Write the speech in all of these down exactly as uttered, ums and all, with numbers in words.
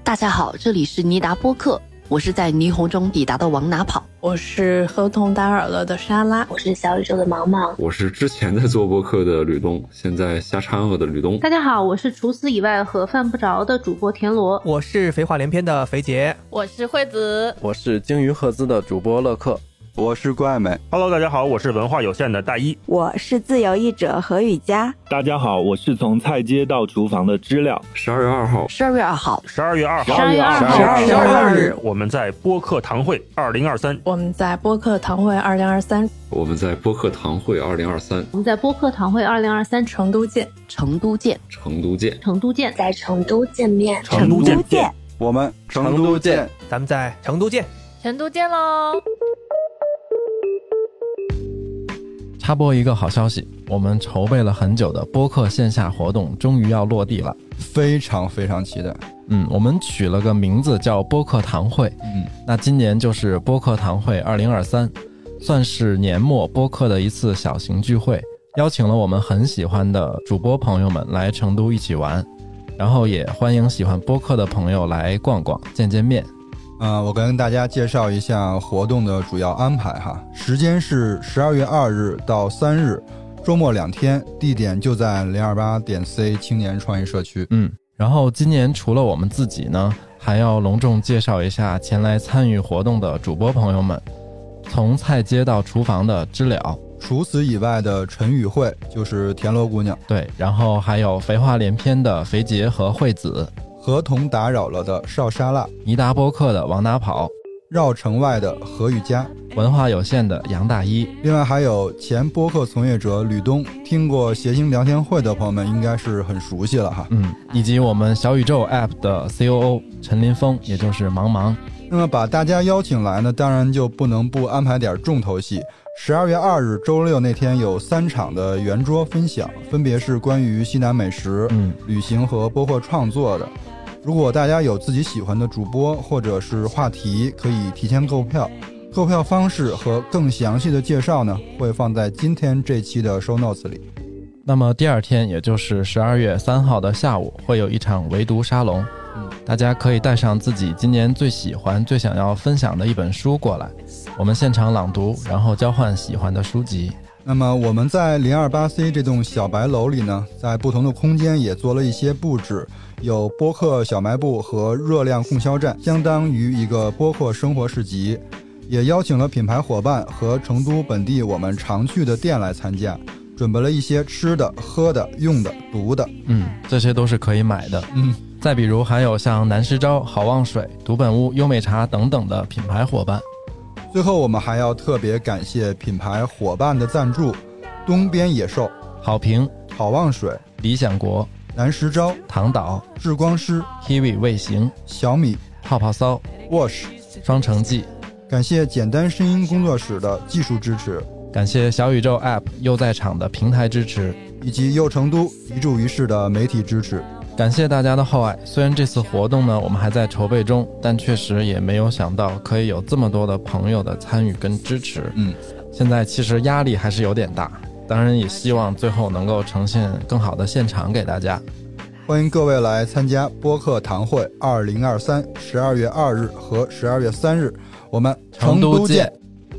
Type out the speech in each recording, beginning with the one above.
大家好，这里是尼达播客，我是在霓虹中抵达的往哪跑。 我是合同打扰了的莎拉， 我是小宇宙的毛毛， 我是之前在做播客的吕东，现在瞎掺和的吕东。 大家好，我是除此以外和犯不着的主播田螺， 我是肥话连篇的肥杰， 我是惠子， 我是鲸鱼赫兹的主播乐克， 我是怪美。 Hello， 大家好，我是文化有限的大一， 我是自由译者何雨佳。 大家好，我是从菜街到厨房的知了。 十二月二号， 十二月二号， 十二月二号， 十二月二号， 十二月二日，我们在播客堂会二零二三， 我们在播客堂会二零二三， 我们在播客堂会二零二三， 我们在播客堂会二零二三， 成都见， 成都见， 成都见， 成都见， 在成都见面， 成都见，我们成都见， 咱们在成都见， 成都见喽。 插播一个好消息，我们筹备了很久的播客线下活动终于要落地了， 非常非常期待。 嗯，我们取了个名字叫播客堂会，嗯，那今年就是播客堂会二零二三，算是年末播客的一次小型聚会，邀请了我们很喜欢的主播朋友们来成都一起玩，然后也欢迎喜欢播客的朋友来逛逛见见面。 呃，我跟大家介绍一下活动的主要安排哈，时间是十二月二日到三日，周末两天，地点就在零二八点 C 青年创意社区。 嗯，然后今年除了我们自己呢，还要隆重介绍一下前来参与活动的主播朋友们，从菜街到厨房的知了， 除此以外的陈宇慧就是田螺姑娘， 对，然后还有肥话连篇的肥杰和惠子， 合同打扰了的邵沙拉， 尼达播客的往哪跑， 绕城外的何雨佳， 文化有限的杨大一， 另外还有前播客从业者吕东，听过谐星聊天会的朋友们应该是很熟悉了哈。 嗯，以及我们小宇宙 App 的 C O O 陈林峰，也就是茫茫。 那么把大家邀请来呢，当然就不能不安排点重头戏。十二月二日周六那天有三场的圆桌分享，分别是关于西南美食、嗯、旅行和播客创作的。如果大家有自己喜欢的主播或者是话题，可以提前购票，购票方式和更详细的介绍呢，会放在今天这期的 show notes 里。 那么第二天，也就是十二月三号的下午，会有一场围读沙龙，嗯，大家可以带上自己今年最喜欢最想要分享的一本书过来，我们现场朗读，然后交换喜欢的书籍。 那么我们在 零二八 C 这栋小白楼里呢，在不同的空间也做了一些布置，有播客小卖部和热量供销站，相当于一个播客生活市集，也邀请了品牌伙伴和成都本地我们常去的店来参加，准备了一些吃的、喝的、用的、读的， 嗯，这些都是可以买的。嗯，再比如还有像南石昭、好望水、读本屋、优美茶等等的品牌伙伴。 最后我们还要特别感谢品牌伙伴的赞助，东边野兽、 好评、 好望水、 理想国、 南石昭、 唐岛、 智光师、 Kiwi 卫行、 小米、 泡泡骚、 Wash、 双城记。 感谢简单声音工作室的技术支持， 感谢小宇宙 App 又在场的平台支持， 以及又成都一注一世的媒体支持。 感谢大家的厚爱。虽然这次活动呢我们还在筹备中，但确实也没有想到可以有这么多的朋友的参与跟支持。嗯，现在其实压力还是有点大，当然也希望最后能够呈现更好的现场给大家。 欢迎各位来参加播客堂会二零二三，十二月二日和十二月三日，我们成都见。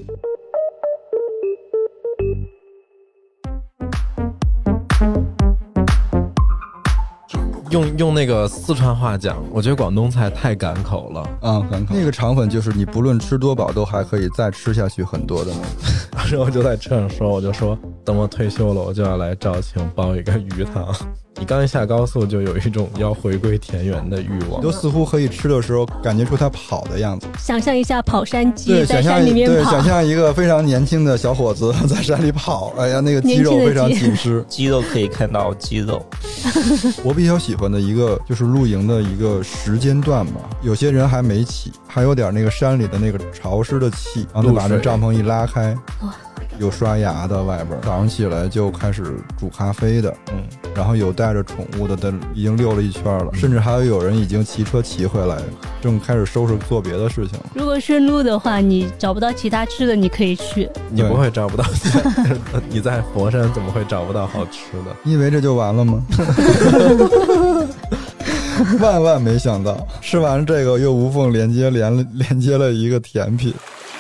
用用那个四川话讲，我觉得广东菜太赶口了。 嗯，赶口。那个肠粉就是你不论吃多饱，都还可以再吃下去很多的。 当时我就在车上说，我就说等我退休了，我就要来肇庆包一个鱼汤。你刚一下高速，就有一种要回归田园的欲望。 都似乎可以吃的时候，感觉出它跑的样子。 想象一下跑山鸡在山里面跑， 对，想象一个非常年轻的小伙子在山里跑，哎呀，那个肌肉非常紧实， 肌肉可以看到肌肉。 我比较喜欢的一个就是露营的一个时间段吧，有些人还没起，还有点那个山里的那个潮湿的气，然后把这帐篷一拉开，有刷牙的外边，早上起来就开始煮咖啡的，嗯，然后有带着宠物的，但已经溜了一圈了，嗯，甚至还有有人已经骑车骑回来，正开始收拾做别的事情。 如果顺路的话，你找不到其他吃的，你可以去。 你不会找不到，你在佛山怎么会找不到好吃的？ 你以为这就完了吗？ 万万没想到，吃完这个又无缝连接连连接了一个甜品。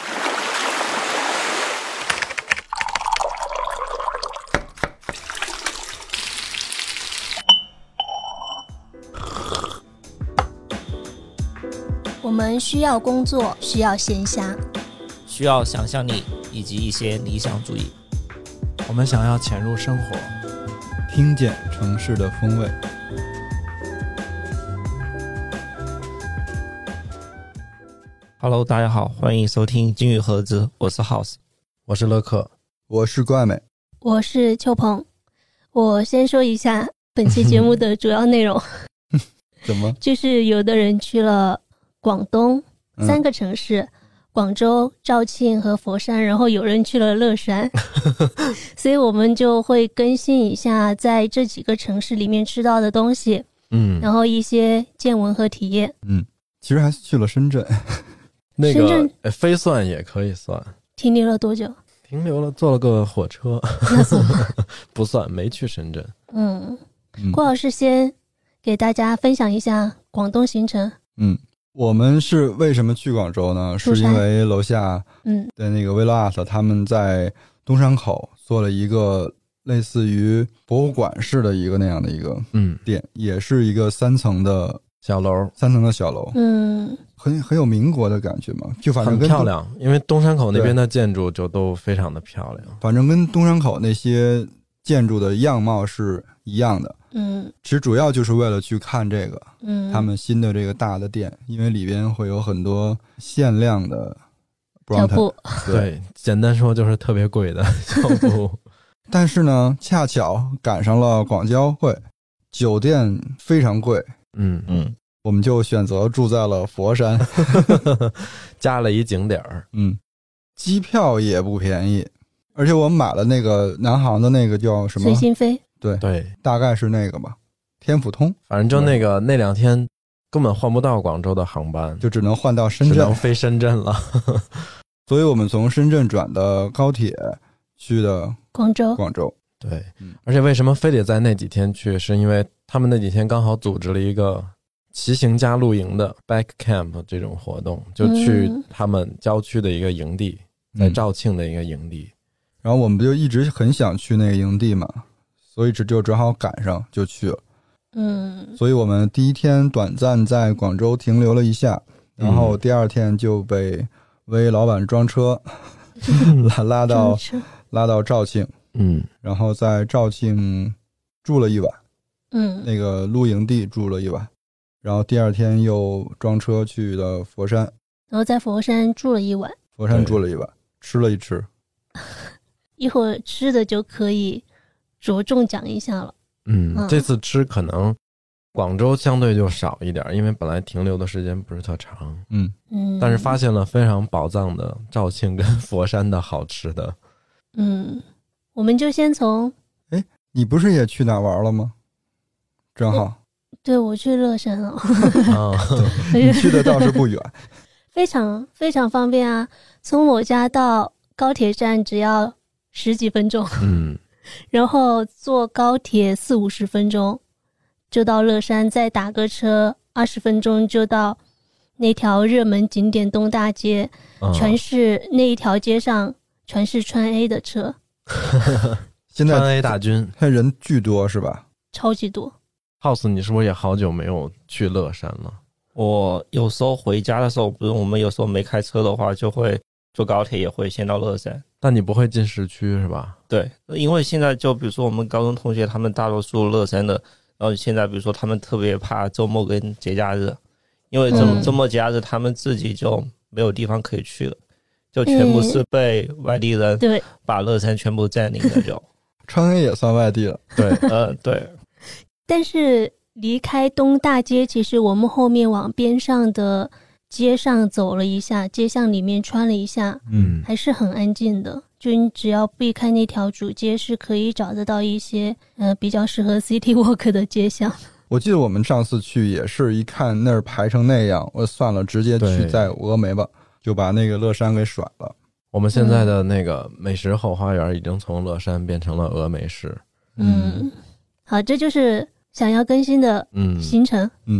我们需要工作，需要闲暇， 需要想象力以及一些理想主义。 我们想要潜入生活， 听见城市的风味。 Hello， 大家好，欢迎收听金鱼盒子，我是 House， 我是乐克， 我是怪美， 我是秋鹏。我先说一下本期节目的主要内容。 怎么？ 就是有的人去了广东三个城市、嗯、广州、肇庆和佛山，然后有人去了乐山。所以我们就会更新一下在这几个城市里面吃到的东西， 嗯， 然后一些见闻和体验。 嗯，其实还去了深圳。 那个非算也可以算。 停留了多久？ 停留了，坐了个火车。 那算不算，没去深圳。 嗯，郭老师先给大家分享一下广东行程。 嗯，我们是为什么去广州呢？是因为楼下嗯的那个 Villa 他们在东山口做了一个类似于博物馆式的一个那样的一个嗯店，也是一个三层的小楼， 三层的小楼。 嗯， 很很有民国的感觉嘛，就反正跟很漂亮，因为东山口那边的建筑就都非常的漂亮， 反正跟东山口那些建筑的样貌是一样的。 嗯， 其实主要就是为了去看这个， 嗯， 他们新的这个大的店，因为里边会有很多限量的小布， 对，简单说就是特别贵的小布。 但是呢，恰巧赶上了广交会，酒店非常贵， 嗯嗯， 我们就选择住在了佛山， 加了一景点儿， 嗯，机票也不便宜，而且我们买了那个南航的那个叫什么随心飞。 对对， 大概是那个吧，天府通， 反正就那个那两天根本换不到广州的航班， 就只能换到深圳， 只能飞深圳了。 所以我们从深圳转的高铁去的广州。 广州， 对，而且为什么非得在那几天去？是因为他们那几天刚好组织了一个骑行加露营的 back camp 这种活动，就去他们郊区的一个营地， 嗯、 在肇庆的一个营地， 然后我们就一直很想去那个营地嘛。所以这就正好赶上就去了， 嗯， 所以我们第一天短暂在广州停留了一下，然后第二天就被威老板装车拉拉到拉到肇庆， 嗯， 然后在肇庆住了一晚， 嗯， 那个露营地住了一晚，然后第二天又装车去了佛山， 然后在佛山住了一晚， 佛山住了一晚，吃了一吃， 一会儿吃的就可以着重讲一下了。 嗯，这次吃可能广州相对就少一点，因为本来停留的时间不是特长。 嗯嗯， 但是发现了非常宝藏的肇庆跟佛山的好吃的。 嗯，我们就先从…… 哎，你不是也去哪玩了吗？正好。 对，我去乐山了。 哦、 你去的倒是不远， 非常非常方便啊！从我家到高铁站只要十几分钟。 嗯。 然后坐高铁四五十分钟就到乐山，再打个车二十分钟就到那条热门景点东大街， 哦、 全是那一条街上全是川 A 的车。 现在川 A 大军， 看人巨多是吧？ 超级多。 House， 你是不是也好久没有去乐山了？ 我有时候回家的时候，比如我们有时候没开车的话，就会坐高铁，也会先到乐山。 但你不会进市区是吧？ 对，因为现在就比如说我们高中同学，他们大多数乐山的，然后现在比如说他们特别怕周末跟节假日，因为周、嗯、周末节假日他们自己就没有地方可以去了，就全部是被外地人对把乐山全部占领了就。 川 A 也算外地了， 对， 呃对。 但是离开东大街，其实我们后面往边上的街上走了一下，街巷里面穿了一下， 嗯， 还是很安静的。就你只要避开那条主街，是可以找得到一些呃比较适合 city walk 的街巷。 我记得我们上次去也是一看那儿排成那样，我算了，直接去在峨眉吧，就把那个乐山给甩了。 我们现在的那个美食后花园已经从乐山变成了峨眉市。 嗯，好，这就是想要更新的行程。 嗯，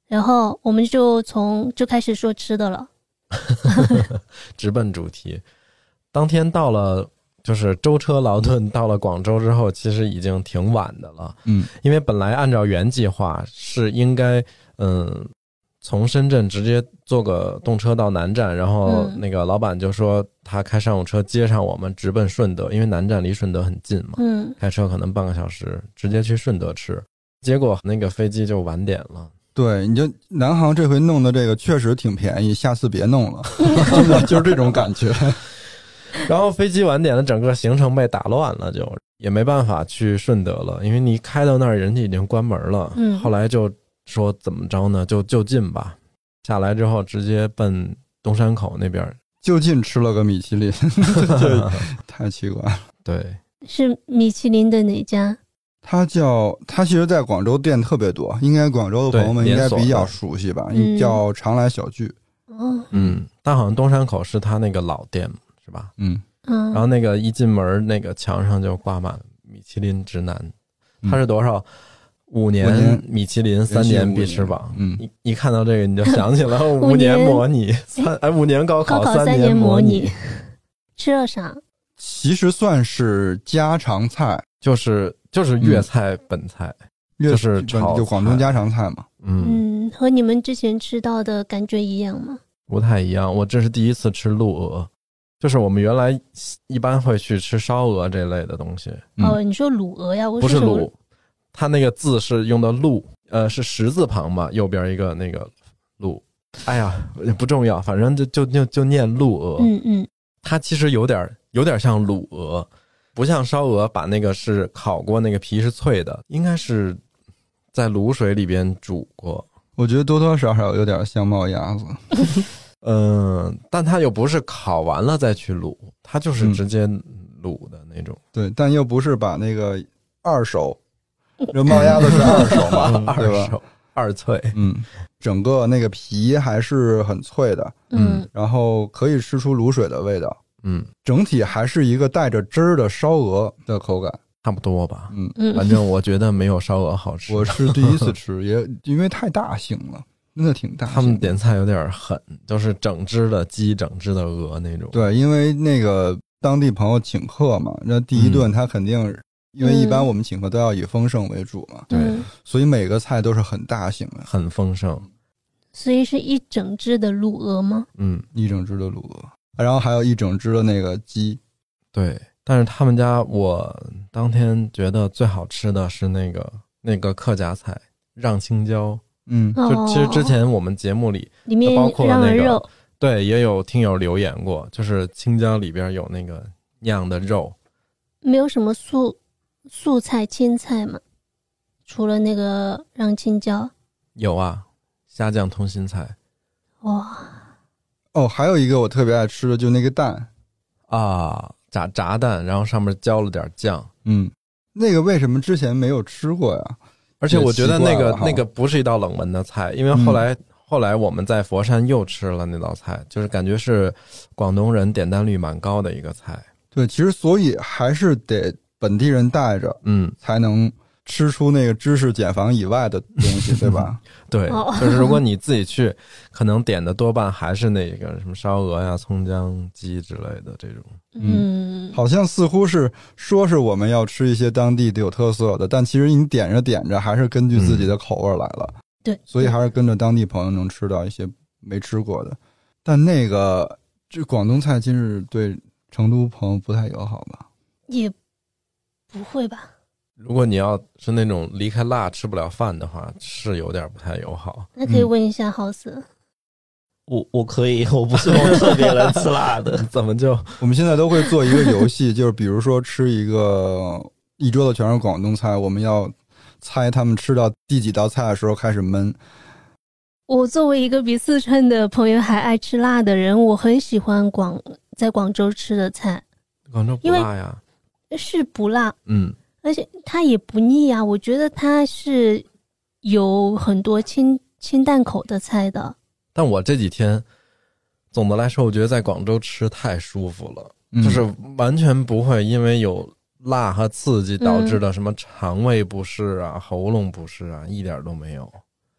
然后我们就从就开始说吃的了， 直奔主题。当天到了，就是舟车劳顿到了广州之后，其实已经挺晚的了。 嗯， 因为本来按照原计划是应该，嗯，从深圳直接坐个动车到南站，然后那个老板就说他开商务车接上我们，直奔顺德，因为南站离顺德很近嘛。 嗯， 开车可能半个小时，直接去顺德吃。结果那个飞机就晚点了。 对，你就南航这回弄的这个确实挺便宜，下次别弄了，真的就是这种感觉。 然后飞机晚点了，整个行程被打乱了，就也没办法去顺德了，因为你开到那儿人家已经关门了。 嗯， 后来就说怎么着呢，就就近吧。下来之后直接奔东山口那边， 就近吃了个米其林，这太奇怪了。 对， 是米其林的哪家？ 它叫它其实在广州店特别多，应该广州的朋友们应该比较熟悉吧，叫常来小聚。 哦， 嗯，但好像东山口是它那个老店是吧？ 嗯嗯， 然后那个一进门那个墙上就挂满米其林指南，它是多少？五年米其林，三年必吃榜。 嗯， 一一看到这个你就想起了五年模拟，三哎五年高考， 三年模拟。 吃了啥？ 其实算是家常菜， 就是就是粤菜本菜， 嗯、 就是炒就广东家常菜嘛。 嗯，和你们之前吃到的感觉一样吗？ 不太一样，我这是第一次吃鹿鹅，就是我们原来一般会去吃烧鹅这类的东西。 嗯、哦，你说卤鹅呀？我不是卤，它那个字是用的鹿，呃，是十字旁嘛，右边一个那个鹿。哎呀，不重要，反正就就就就念鹿鹅。 嗯嗯， 它其实有点有点像卤鹅，不像烧鹅，把那个是烤过，那个皮是脆的，应该是在卤水里边煮过。 我觉得多多少少有点像冒鸭子。 嗯，但它又不是烤完了再去卤，它就是直接卤的那种。 嗯、对，但又不是把那个二手，这冒鸭子是二手嘛，对吧？ 二手二脆， 嗯，整个那个皮还是很脆的， 嗯， 然后可以吃出卤水的味道， 嗯， 整体还是一个带着汁儿的烧鹅的口感。 差不多吧， 嗯， 反正我觉得没有烧鹅好吃。 我是第一次吃，也因为太大型了，真的挺大型的。 他们点菜有点狠，都是整只的鸡、整只的鹅那种。 对，因为那个当地朋友请客嘛，那第一顿他肯定、嗯，因为一般我们请客都要以丰盛为主嘛， 对、 嗯， 所以每个菜都是很大型的， 很丰盛。 所以是一整只的鹿鹅吗？ 嗯， 一整只的鹿鹅，然后还有一整只的那个鸡。 对。但是他们家我当天觉得最好吃的是那个那个客家菜让青椒， 嗯， 就其实之前我们节目里里面包括那个肉， 对，也有听友留言过，就是青椒里边有那个酿的肉。 没有什么素素菜青菜吗？除了那个让青椒？ 有啊，虾酱通心菜。 哇， 哦，还有一个我特别爱吃的就那个蛋啊。炸炸蛋，然后上面浇了点酱。 嗯，那个为什么之前没有吃过呀？ 而且我觉得那个那个不是一道冷门的菜，因为后来、嗯、后来我们在佛山又吃了那道菜，就是感觉是广东人点单率蛮高的一个菜。 对，其实所以还是得本地人带着， 嗯， 才能吃出那个知识茧房以外的东西，对吧？ 对，就是如果你自己去，可能点的多半还是那个什么烧鹅呀、葱姜鸡之类的这种。 嗯， 好像似乎是说是我们要吃一些当地的有特色的，但其实你点着点着还是根据自己的口味来了。 对、嗯， 所以还是跟着当地朋友能吃到一些没吃过的。但那个这广东菜今日对成都朋友不太友好吧？ 也不会吧。 如果你要是那种离开辣吃不了饭的话，是有点不太友好。 那可以问一下浩斯、嗯、 我我可以，我不是那种特别能吃辣的。 怎么就我们现在都会做一个游戏，就是比如说吃一个一桌子全是广东菜，我们要猜他们吃到第几道菜的时候开始焖。 我作为一个比四川的朋友还爱吃辣的人，我很喜欢广在广州吃的菜。 广州不辣呀？ 是不辣， 嗯。 而且它也不腻啊，我觉得它是有很多清清淡口的菜的。 但我这几天总的来说我觉得在广州吃太舒服了、嗯、就是完全不会因为有辣和刺激导致的什么肠胃不适啊、嗯、喉咙不适啊，一点都没有。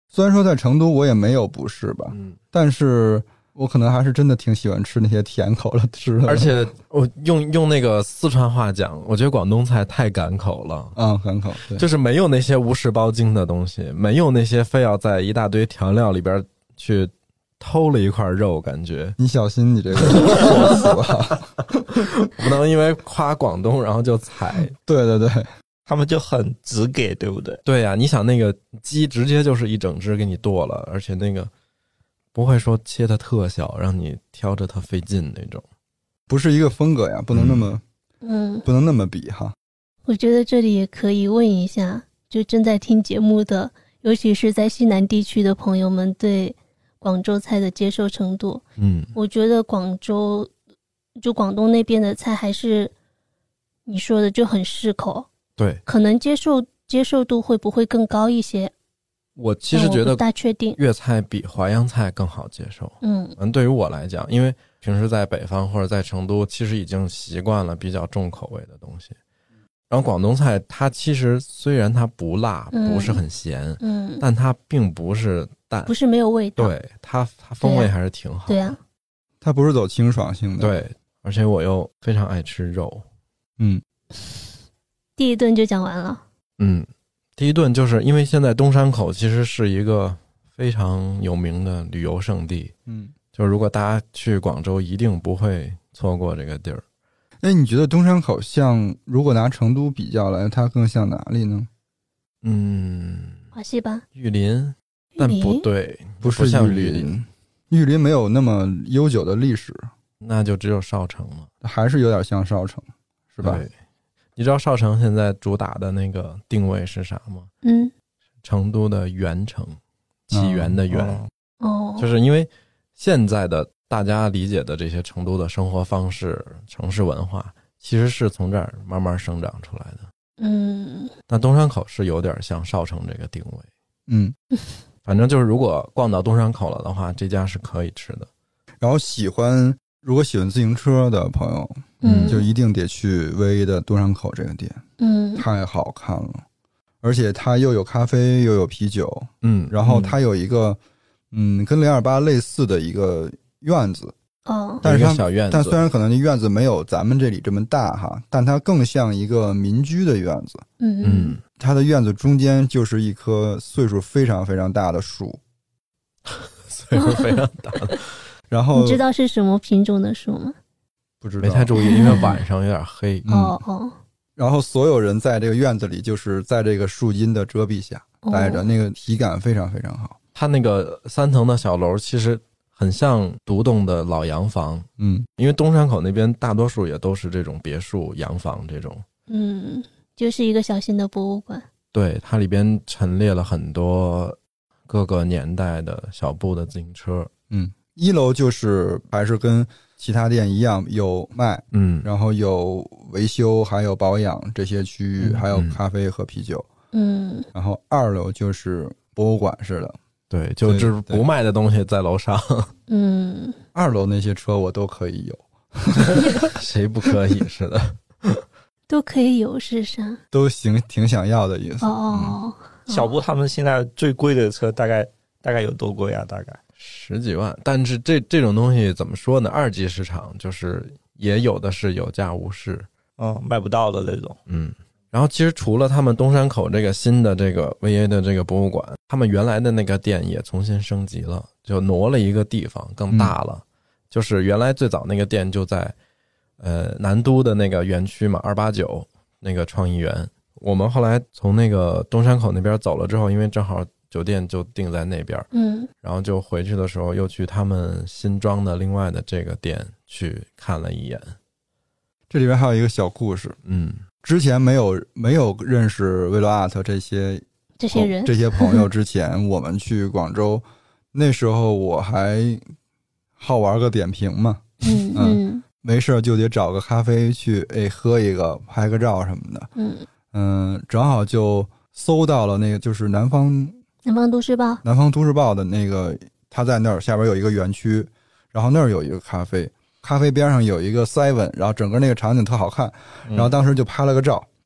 虽然说在成都我也没有不是吧， 嗯， 但是我可能还是真的挺喜欢吃那些甜口的吃的。 而且我用用那个四川话讲，我觉得广东菜太赶口了。 嗯，赶口，对， 就是没有那些无事包精的东西，没有那些非要在一大堆调料里边去偷了一块肉，感觉你小心你这个说辞啊， 不能因为夸广东然后就踩。 对对对， 他们就很直给，对不对？ 对呀、啊，你想那个鸡直接就是一整只给你剁了，而且那个不会说切的特小，让你挑着特费劲那种， 不是一个风格呀，不能那么， 嗯， 不能那么比哈。 我觉得这里也可以问一下，就正在听节目的，尤其是在西南地区的朋友们，对广州菜的接受程度。 嗯， 我觉得广州就广东那边的菜还是你说的就很适口， 对， 可能接受接受度会不会更高一些？ 我其实觉得不大确定， 粤菜比淮扬菜更好接受。 嗯嗯，对于我来讲，因为平时在北方或者在成都，其实已经习惯了比较重口味的东西。然后广东菜它其实虽然它不辣， 嗯、 不是很咸， 嗯， 但它并不是淡， 不是没有味道， 对，它它风味还是挺好的。 对啊， 它不是走清爽性的。 对，而且我又非常爱吃肉。 嗯， 第一顿就讲完了。 嗯，第一顿就是因为现在东山口其实是一个非常有名的旅游胜地。 嗯， 就是如果大家去广州，一定不会错过这个地儿。 哎，你觉得东山口像，如果拿成都比较来，它更像哪里呢？ 嗯， 华西吧， 玉林，但不对， 不是不像玉林，玉林没有那么悠久的历史， 那就只有少城了， 还是有点像少城，是吧？ 对，你知道少城现在主打的那个定位是啥吗？ 嗯， 成都的元城，起源的源。 哦， 就是因为现在的大家理解的这些成都的生活方式、城市文化，其实是从这儿慢慢生长出来的。 嗯， 那东山口是有点像少城这个定位。 嗯， 反正就是如果逛到东山口了的话，这家是可以吃的。 然后喜欢如果喜欢自行车的朋友， 嗯， 就一定得去唯一的东山口这个店， 嗯， 太好看了，而且它又有咖啡又有啤酒， 嗯， 然后它有一个嗯跟零二八类似的一个院子。 哦， 但是它小院子， 但虽然可能那院子没有咱们这里这么大哈，但它更像一个民居的院子。 嗯嗯， 它的院子中间就是一棵岁数非常非常大的树， 岁数非常大的。 然后你知道是什么品种的树吗？ 不知道， 没太注意，因为晚上有点黑。 嗯、 哦哦。 然后所有人在这个院子里，就是在这个树荫的遮蔽下待着， 哦、 那个体感非常非常好。 它那个三层的小楼其实很像独栋的老洋房， 嗯， 因为东山口那边大多数也都是这种别墅、洋房这种， 嗯，就是一个小型的博物馆。 对，它里边陈列了很多各个年代的小部的自行车。 嗯，一楼就是还是跟其他店一样有卖， 嗯， 然后有维修，还有保养这些区域， 嗯、 还有咖啡和啤酒， 嗯， 然后二楼就是博物馆似的。 对，就是不卖的东西在楼上。 嗯， 二楼那些车我都可以有， 谁不可以？是的， 都可以有是啥？ 都行，挺想要的意思。 哦， 嗯、小布他们现在最贵的车大概大概有多贵啊？大概十几万。但是这这种东西怎么说呢？二级市场就是也有的是有价无市， 哦，卖不到的那种。 嗯。然后其实除了他们东山口这个新的这个 V A 的这个博物馆，他们原来的那个店也重新升级了，就挪了一个地方更大了。嗯、就是原来最早那个店就在呃南都的那个园区嘛，二八九那个创意园。我们后来从那个东山口那边走了之后，因为正好酒店就定在那边， 嗯， 然后就回去的时候又去他们新装的另外的这个店去看了一眼。 这里边还有一个小故事， 嗯。 之前没有没有认识 Velo Art 这些这些人这些朋友之前，我们去广州，那时候我还好玩个点评嘛， 嗯嗯， 没事就得找个咖啡去，哎，喝一个，拍个照什么的， 嗯嗯，正好就搜到了那个就是南方南方都市报南方都市报的那个，他在那儿下边有一个园区，然后那儿有一个咖啡。咖啡边上有一个 seven， 然后整个那个场景特好看，然后当时就拍了个照，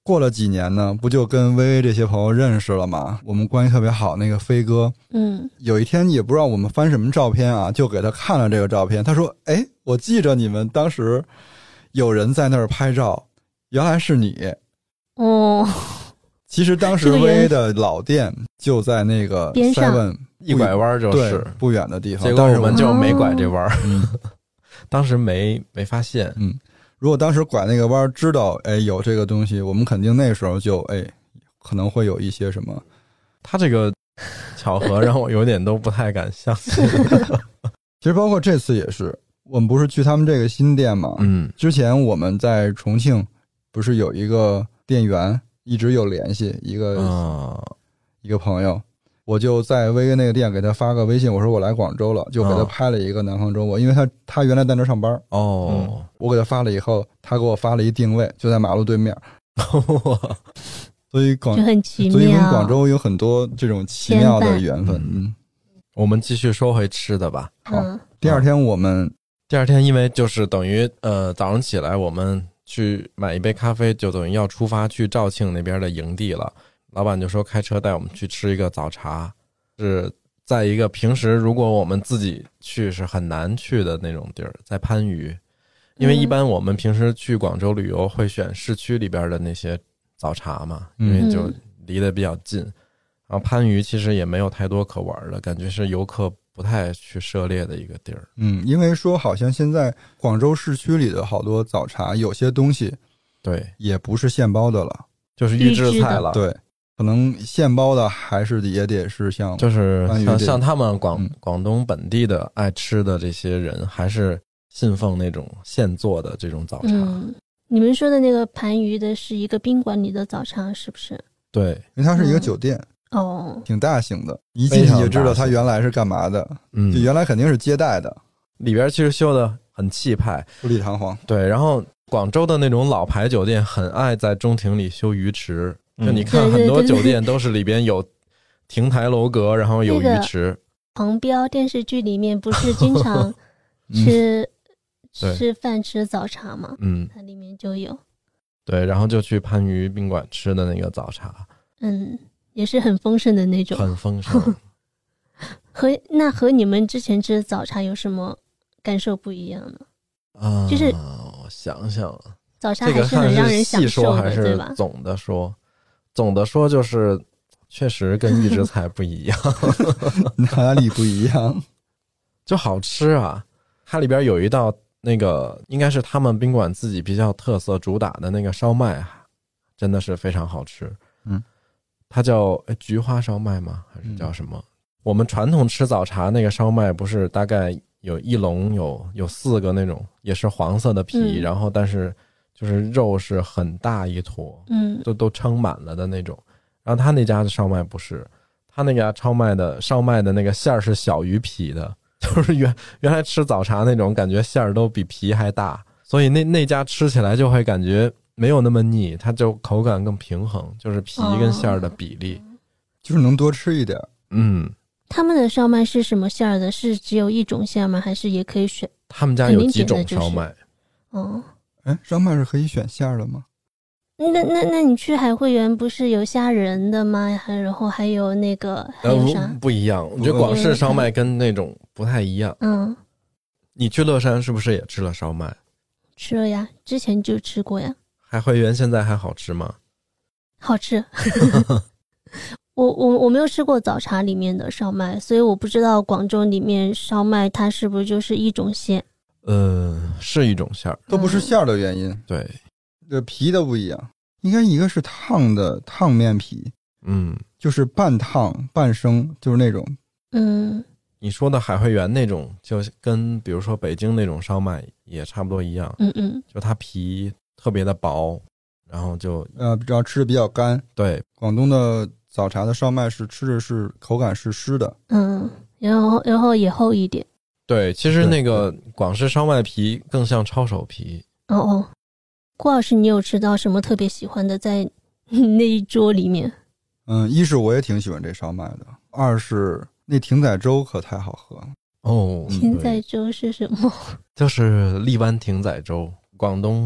过了几年呢，不就跟薇薇这些朋友认识了吗？我们关系特别好那个飞哥， 嗯， 有一天也不知道我们翻什么照片啊，就给他看了这个照片，他说哎，我记着你们当时有人在那儿拍照，原来是你哦。 其实当时薇薇的老店就在那个 seven 一拐弯就是不远的地方， 结果我们就没拐这弯，嗯，当时没没发现， 嗯，如果当时拐那个弯知道哎有这个东西，我们肯定那时候就哎可能会有一些什么。 他这个巧合让我有点都不太敢相信。 其实包括这次也是，我们不是去他们这个新店嘛， 嗯， 之前我们在重庆不是有一个店员一直有联系，一个、 哦、 一个朋友，我就在薇薇那个店给他发个微信，我说我来广州了，就给他拍了一个南方周末，因为他他原来在那上班哦、 嗯，我给他发了以后，他给我发了一定位，就在马路对面。所以广就很奇妙， 所以跟广州有很多这种奇妙的缘分。嗯， 我们继续说回吃的吧。 好，嗯、第二天我们第二天因为就是等于呃早上起来我们去买一杯咖啡，就等于要出发去肇庆那边的营地了。老板就说开车带我们去吃一个早茶，是在一个平时如果我们自己去是很难去的那种地儿，在番禺。因为一般我们平时去广州旅游会选市区里边的那些早茶嘛，因为就离得比较近。然后番禺其实也没有太多可玩的，感觉是游客不太去涉猎的一个地儿。 嗯，因为说好像现在广州市区里的好多早茶有些东西对也不是现包的了， 就是预制菜了。 对，可能现包的还是也得是像就是像像他们广广东本地的爱吃的这些人还是信奉那种现做的这种早茶。 嗯，你们说的那个番禺的是一个宾馆里的早茶是不是？ 对， 因为它是一个酒店。 嗯、哦， 挺大型的，一进去就知道它原来是干嘛的。 嗯， 就原来肯定是接待的， 里边其实修的很气派， 富丽堂皇。 对，然后广州的那种老牌酒店很爱在中庭里修鱼池，嗯、就你看很多酒店都是里边有亭台楼阁，然后有鱼池。 那个黄标电视剧里面不是经常吃、嗯、吃饭吃早茶吗？ 嗯， 它里面就有。 对，然后就去番禺宾馆吃的那个早茶。 嗯。也是很丰盛的那种， 很丰盛。 和那和你们之前吃的早茶有什么感受不一样呢？ 啊， 就是我想想， 早茶还是很让人享受的， 对吧？总的说，总的说就是确实跟预制菜不一样。 哪里不一样？ 就好吃啊！它里边有一道那个应该是他们宾馆自己比较特色主打的那个烧麦，真的是非常好吃。 嗯。 它叫菊花烧麦吗？还是叫什么？嗯、我们传统吃早茶那个烧麦不是大概有一笼有有四个那种，也是黄色的皮，嗯、然后但是就是肉是很大一坨， 嗯， 都都撑满了的那种。然后他那家的烧麦不是，他那家烧麦的烧麦的那个馅儿是小于皮的，就是原原来吃早茶那种感觉馅儿都比皮还大，所以那那家吃起来就会感觉。没有那么腻，它就口感更平衡，就是皮跟馅儿的比例、哦、 就是能多吃一点。 嗯， 他们的烧麦是什么馅儿的？是只有一种馅吗？还是也可以选？ 他们家有几种烧麦。 哦， 哎，烧麦是可以选馅的吗？ 那那那你去海汇园不是有虾仁的吗？还然后还有那个还有啥、 呃、不一样？我觉得广式烧麦跟那种不太一样。 嗯， 你去乐山是不是也吃了烧麦？ 吃了呀，之前就吃过呀。 海汇园现在还好吃吗？ 好吃。我我我没有吃过早茶里面的烧麦，所以我不知道广州里面烧麦它是不是就是一种馅。 呃，是一种馅儿， 都不是馅儿的原因。 嗯、对， 这皮都不一样，应该一个是烫的烫面皮， 嗯， 就是半烫半生，就是那种。 嗯， 你说的海汇园那种，就跟比如说北京那种烧麦也差不多一样。 嗯嗯， 就它皮。特别的薄，然后就呃，然后吃的比较干。 对， 广东的早茶的烧麦是吃的是口感是湿的， 嗯，然后然后也厚一点。 对，其实那个广式烧麦皮更像抄手皮。 哦哦，郭老师，你有吃到什么特别喜欢的在那一桌里面？ 嗯，一是我也挺喜欢这烧麦的，二是那艇仔粥可太好喝了。 哦， 艇仔粥是什么？ 就是荔湾艇仔粥。广东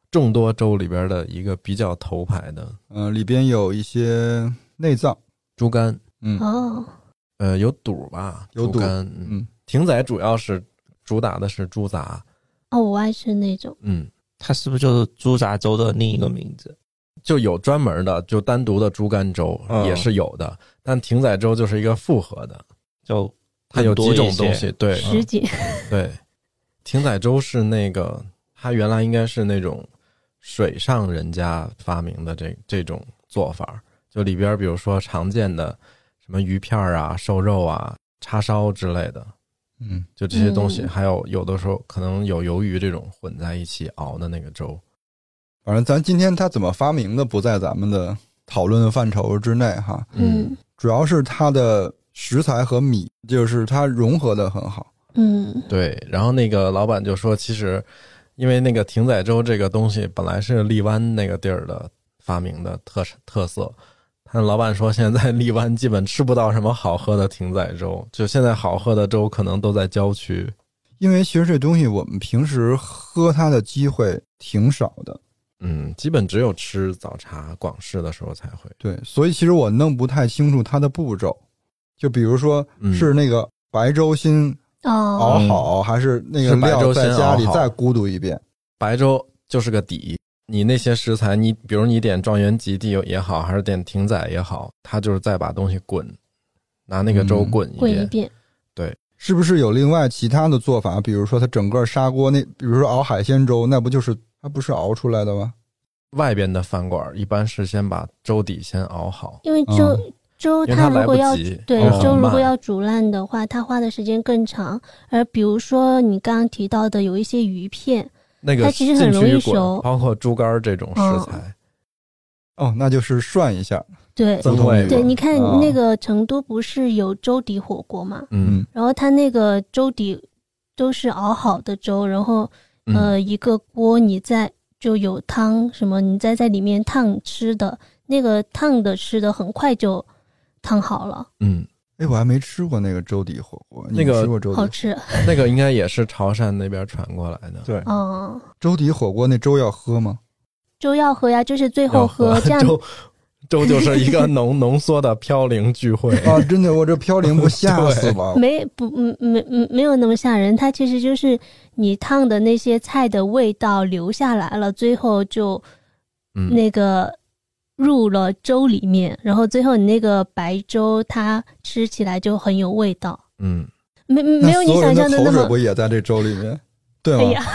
众多粥里边的一个比较头牌的。 呃，里边有一些内脏、 猪肝， 嗯， 哦， 呃，有肚吧， 有肚猪肝，嗯，艇仔主要是主打的是猪杂。 哦，我爱吃那种。 嗯， 它是不是就是猪杂粥的另一个名字？ 就有专门的，就单独的猪肝粥也是有的，嗯、但艇仔粥就是一个复合的， 就它有几种东西，对， 十几， 对，艇仔粥是那个，它原来应该是那种水上人家发明的这这种做法，就里边比如说常见的什么鱼片啊、瘦肉啊、叉烧之类的， 嗯， 就这些东西，嗯、还有有的时候可能有鱿鱼这种混在一起熬的那个粥。 反正咱今天它怎么发明的不在咱们的讨论范畴之内哈， 嗯， 主要是它的食材和米，就是它融合的很好， 嗯， 对。然后那个老板就说，其实因为那个艇仔粥这个东西本来是荔湾那个地儿的发明的特特色，但老板说现在荔湾基本吃不到什么好喝的艇仔粥，就现在好喝的粥可能都在郊区， 因为其实这东西我们平时喝它的机会挺少的。 嗯，基本只有吃早茶广式的时候才会。 对，所以其实我弄不太清楚它的步骤，就比如说是那个白粥先熬好，嗯、还是那个料在家里再咕嘟一遍。 白粥就是个底，你那些食材，你比如你点状元及第也好，还是点艇仔也好，它就是再把东西滚，拿那个粥滚一遍。 滚一遍。 对， 是不是有另外其他的做法？比如说它整个砂锅那，比如说熬海鲜粥，那不就是？它不是熬出来的吗？ 外边的饭馆一般是先把粥底先熬好， 因为粥、嗯、粥它如果要对、 哦、 粥如果要煮烂的话，它花的时间更长。而比如说你刚刚提到的有一些鱼片， 那个它其实很容易熟， 包括猪肝这种食材。 哦，哦那就是涮一下， 对， 增味。 对，你看那个成都不是有粥底火锅嘛？ 嗯， 然后它那个粥底都是熬好的粥，然后。呃，一个锅你再就有汤什么，你再在里面烫吃的，那个烫的吃的很快就烫好了。 嗯， 哎，我还没吃过那个粥底火锅， 那个吃过粥底好吃， 那个应该也是潮汕那边传过来的。 对， 哦， 粥底火锅那粥要喝吗？ 粥要喝呀，就是最后喝， 喝这样粥粥就是一个浓浓缩的飘零聚会啊！真的，我这飘零不吓死吧？ 没不没没有那么吓人，它其实就是你烫的那些菜的味道留下来了，最后就那个入了粥里面，嗯、然后最后你那个白粥它吃起来就很有味道。 嗯， 没没有你想象的那么。 口水不也在这粥里面？对吗？ 哎呀，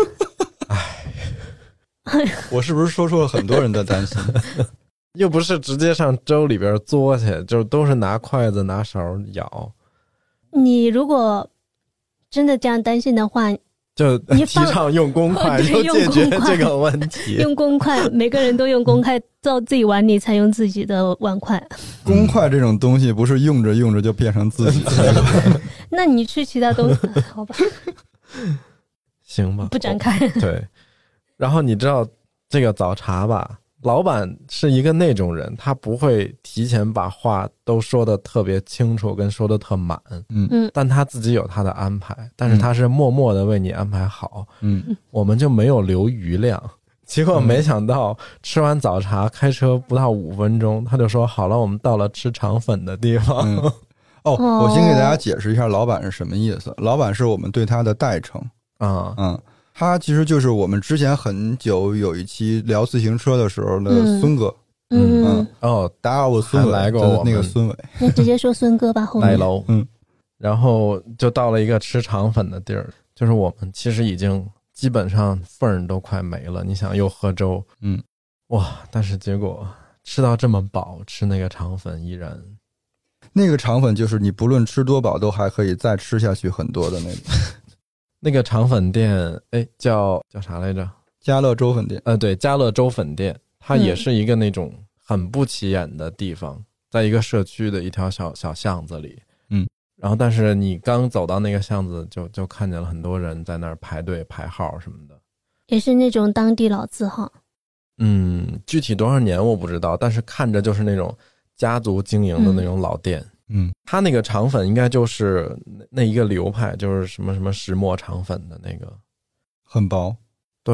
哎，我是不是说出了很多人的担心？ 又不是直接上粥里边嘬去，就都是拿筷子拿勺舀。 你如果真的这样担心的话， 就提倡用公筷就解决这个问题。 用公筷，每个人都用公筷，到自己碗里才用自己的碗筷。 公筷这种东西不是用着用着就变成自己的。 那你吃其他东西，好吧？ 行吧， 不展开。 对，然后你知道这个早茶吧？老板是一个那种人，他不会提前把话都说得特别清楚跟说得特满， 嗯， 但他自己有他的安排，但是他是默默的为你安排好， 嗯， 我们就没有留余量。结果没想到吃完早茶开车不到五分钟，他就说好了，我们到了吃肠粉的地方。 嗯、哦，我先给大家解释一下老板是什么意思。老板是我们对他的代称啊， 嗯。他其实就是我们之前很久有一期聊自行车的时候的孙哥， 嗯嗯哦， 达尔我孙伟来过我那个孙伟， 那直接说孙哥吧，后面来楼， 嗯， 然后就到了一个吃肠粉的地儿，就是我们其实已经基本上份儿都快没了，你想又喝粥， 嗯， 哇，但是结果吃到这么饱，吃那个肠粉依然， 那个肠粉就是你不论吃多饱都还可以再吃下去很多的那种。 那个肠粉店，哎，叫叫啥来着？ 家乐粥粉店。 呃，对，家乐粥粉店，它也是一个那种很不起眼的地方，嗯、在一个社区的一条小小巷子里。 嗯， 然后但是你刚走到那个巷子就，就就看见了很多人在那儿排队排号什么的。 也是那种当地老字号。 嗯，具体多少年我不知道，但是看着就是那种家族经营的那种老店。 嗯嗯， 他那个肠粉应该就是那一个流派，就是什么什么石磨肠粉的那个， 很薄。 对，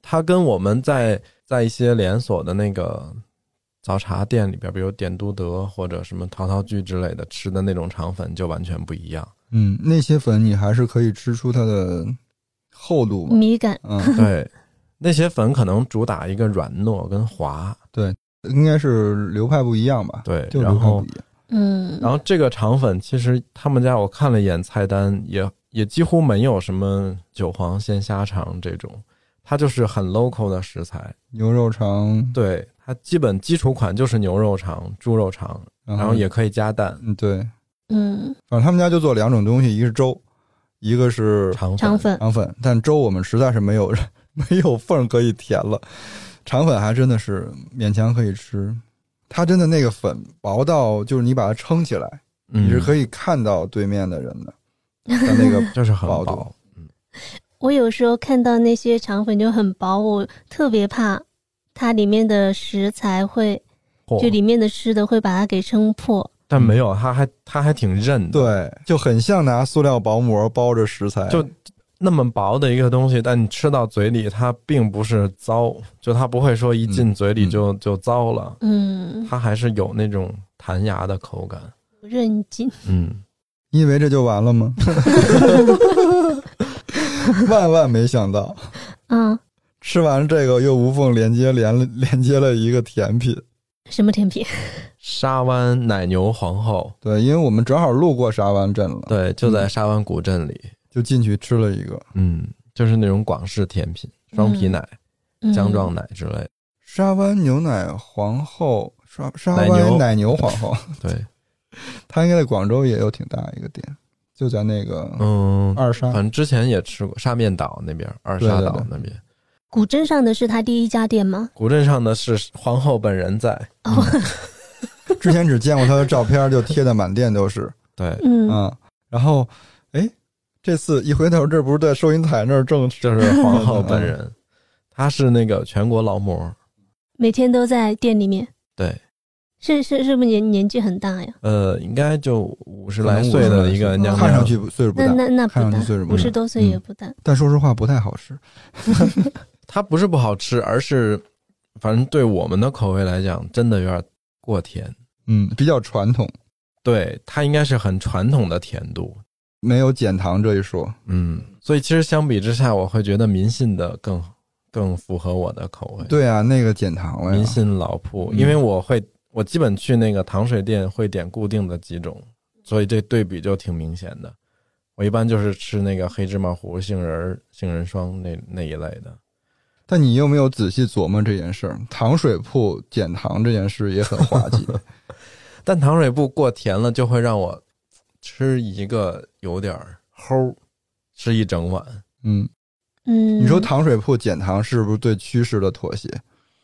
它跟我们在在一些连锁的那个早茶店里边，比如点都德或者什么陶陶居之类的吃的那种肠粉就完全不一样。 嗯，那些粉你还是可以吃出它的厚度嘛， 米感。 嗯，对，那些粉可能主打一个软糯跟滑。 对，应该是流派不一样吧？ 对， 就流派不一样。 嗯， 然后这个肠粉其实他们家我看了一眼菜单，也也几乎没有什么韭黄鲜虾肠这种，它就是很 local 的食材， 牛肉肠。 对，它基本基础款就是牛肉肠、猪肉肠，然后也可以加蛋。 嗯，对， 嗯， 反正他们家就做两种东西，一个是粥，一个是肠粉。 肠粉， 肠粉，但粥我们实在是没有没有缝可以填了，肠粉还真的是勉强可以吃。它真的那个粉薄到就是你把它撑起来， 嗯、 你是可以看到对面的人的，但那个就是很薄薄。 嗯，我有时候看到那些肠粉就很薄，我特别怕它里面的食材会，就里面的吃的会把它给撑破。 但没有，它还它还挺韧的， 对，就很像拿塑料薄膜包着食材， 就那么薄的一个东西，但你吃到嘴里它并不是糟，就它不会说一进嘴里就、嗯、就糟了， 嗯， 它还是有那种弹牙的口感， 韧劲。 嗯， 你以为这就完了吗？万万没想到， 嗯， 吃完这个又无缝连接连连接了一个甜品。 什么甜品？ 沙湾奶牛皇后。 对，因为我们正好路过沙湾镇了， 对，就在沙湾古镇里、 嗯，就进去吃了一个， 嗯，就是那种广式甜品，双皮奶、嗯、姜撞奶之类的。 沙湾牛奶皇后，沙沙湾奶牛皇后， 对， 它应该在广州也有挺大一个店，就在那个嗯二沙， 反正之前也吃过沙面岛那边，二沙岛那边。对对对， 古镇上的是他第一家店吗？ 古镇上的是皇后本人在。 哦， 之前只见过他的照片，就贴的满店都是。 对， 嗯嗯，然后，哎，这次一回头，这不是在收银台那儿正就是皇后本人，他是那个全国劳模， 每天都在店里面。 对， 是是是不是年年纪很大呀？ 呃，应该就五十来岁的一个娘娘， 看上去岁数不大， 那那那不大， 看上去岁数不大， 五十多岁也不大、嗯。 但说实话不太好吃。 它不是不好吃，而是反正对我们的口味来讲，真的有点过甜。 嗯，比较传统。 对，它应该是很传统的甜度， 没有减糖这一说。 嗯，所以其实相比之下，我会觉得民信的更更符合我的口味。 对啊，那个减糖了呀。 民信老铺，因为我会，我基本去那个糖水店会点固定的几种，所以这对比就挺明显的。我一般就是吃那个黑芝麻糊、杏仁、杏仁霜那那一类的。 但你有没有仔细琢磨这件事儿？糖水铺减糖这件事也很滑稽。 但糖水铺过甜了，就会让我吃一个有点齁，吃一整碗。 嗯嗯， 你说糖水铺减糖是不是对趋势的妥协？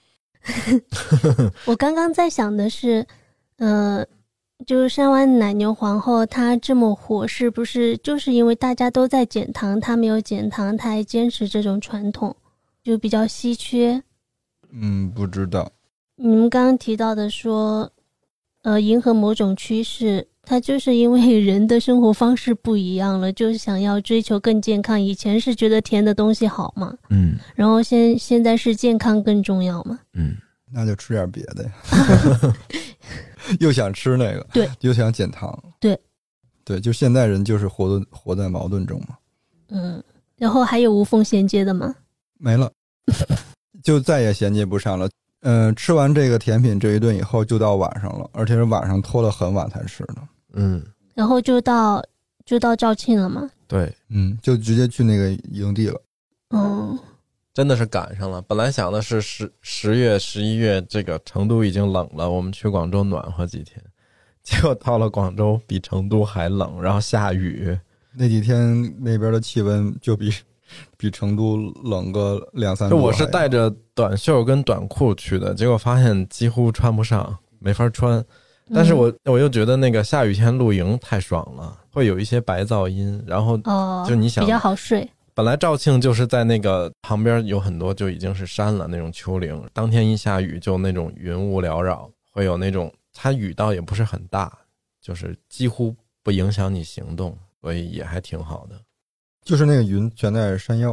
我刚刚在想的是，呃，就是山湾奶牛皇后她这么火，是不是就是因为大家都在减糖，她没有减糖，她还坚持这种传统？就比较稀缺。 嗯，不知道。 你们刚刚提到的说，呃，迎合某种趋势，它就是因为人的生活方式不一样了，就是想要追求更健康。以前是觉得甜的东西好嘛， 嗯， 然后现现在是健康更重要嘛， 嗯， 那就吃点别的呀。又想吃那个， 对， 又想减糖， 对， 对，就现代人就是活的活在矛盾中嘛。 嗯，然后还有无缝衔接的吗？ 没了，就再也衔接不上了。嗯、呃，吃完这个甜品这一顿以后，就到晚上了，而且是晚上拖了很晚才吃的。 嗯， 然后就到就到肇庆了吗？ 对， 嗯，就直接去那个营地了。 嗯， 真的是赶上了。本来想的是十十月、十一月，这个成都已经冷了，我们去广州暖和几天，结果到了广州比成都还冷，然后下雨。 那几天那边的气温就比。比成都冷个两三度。 我是带着短袖跟短裤去的，结果发现几乎穿不上，没法穿。但是我、嗯、我又觉得那个下雨天露营太爽了，会有一些白噪音，然后就你想、 哦、比较好睡。 本来肇庆就是在那个旁边有很多就已经是山了那种丘陵，当天一下雨就那种云雾缭绕，会有那种它雨倒也不是很大，就是几乎不影响你行动，所以也还挺好的。 就是那个云全在山腰，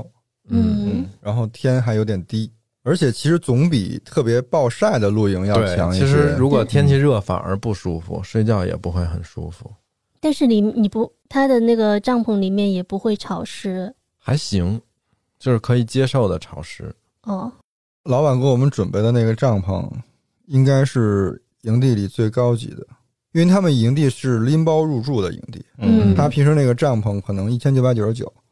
嗯， 然后天还有点低，而且其实总比特别暴晒的露营要强一些。 其实如果天气热反而不舒服，睡觉也不会很舒服。 但是你你不，它的那个帐篷里面也不会潮湿， 还行，就是可以接受的潮湿。 哦， 老板给我们准备的那个帐篷，应该是营地里最高级的，因为他们营地是拎包入住的营地。 嗯， 他平时那个帐篷可能一千九百九十九。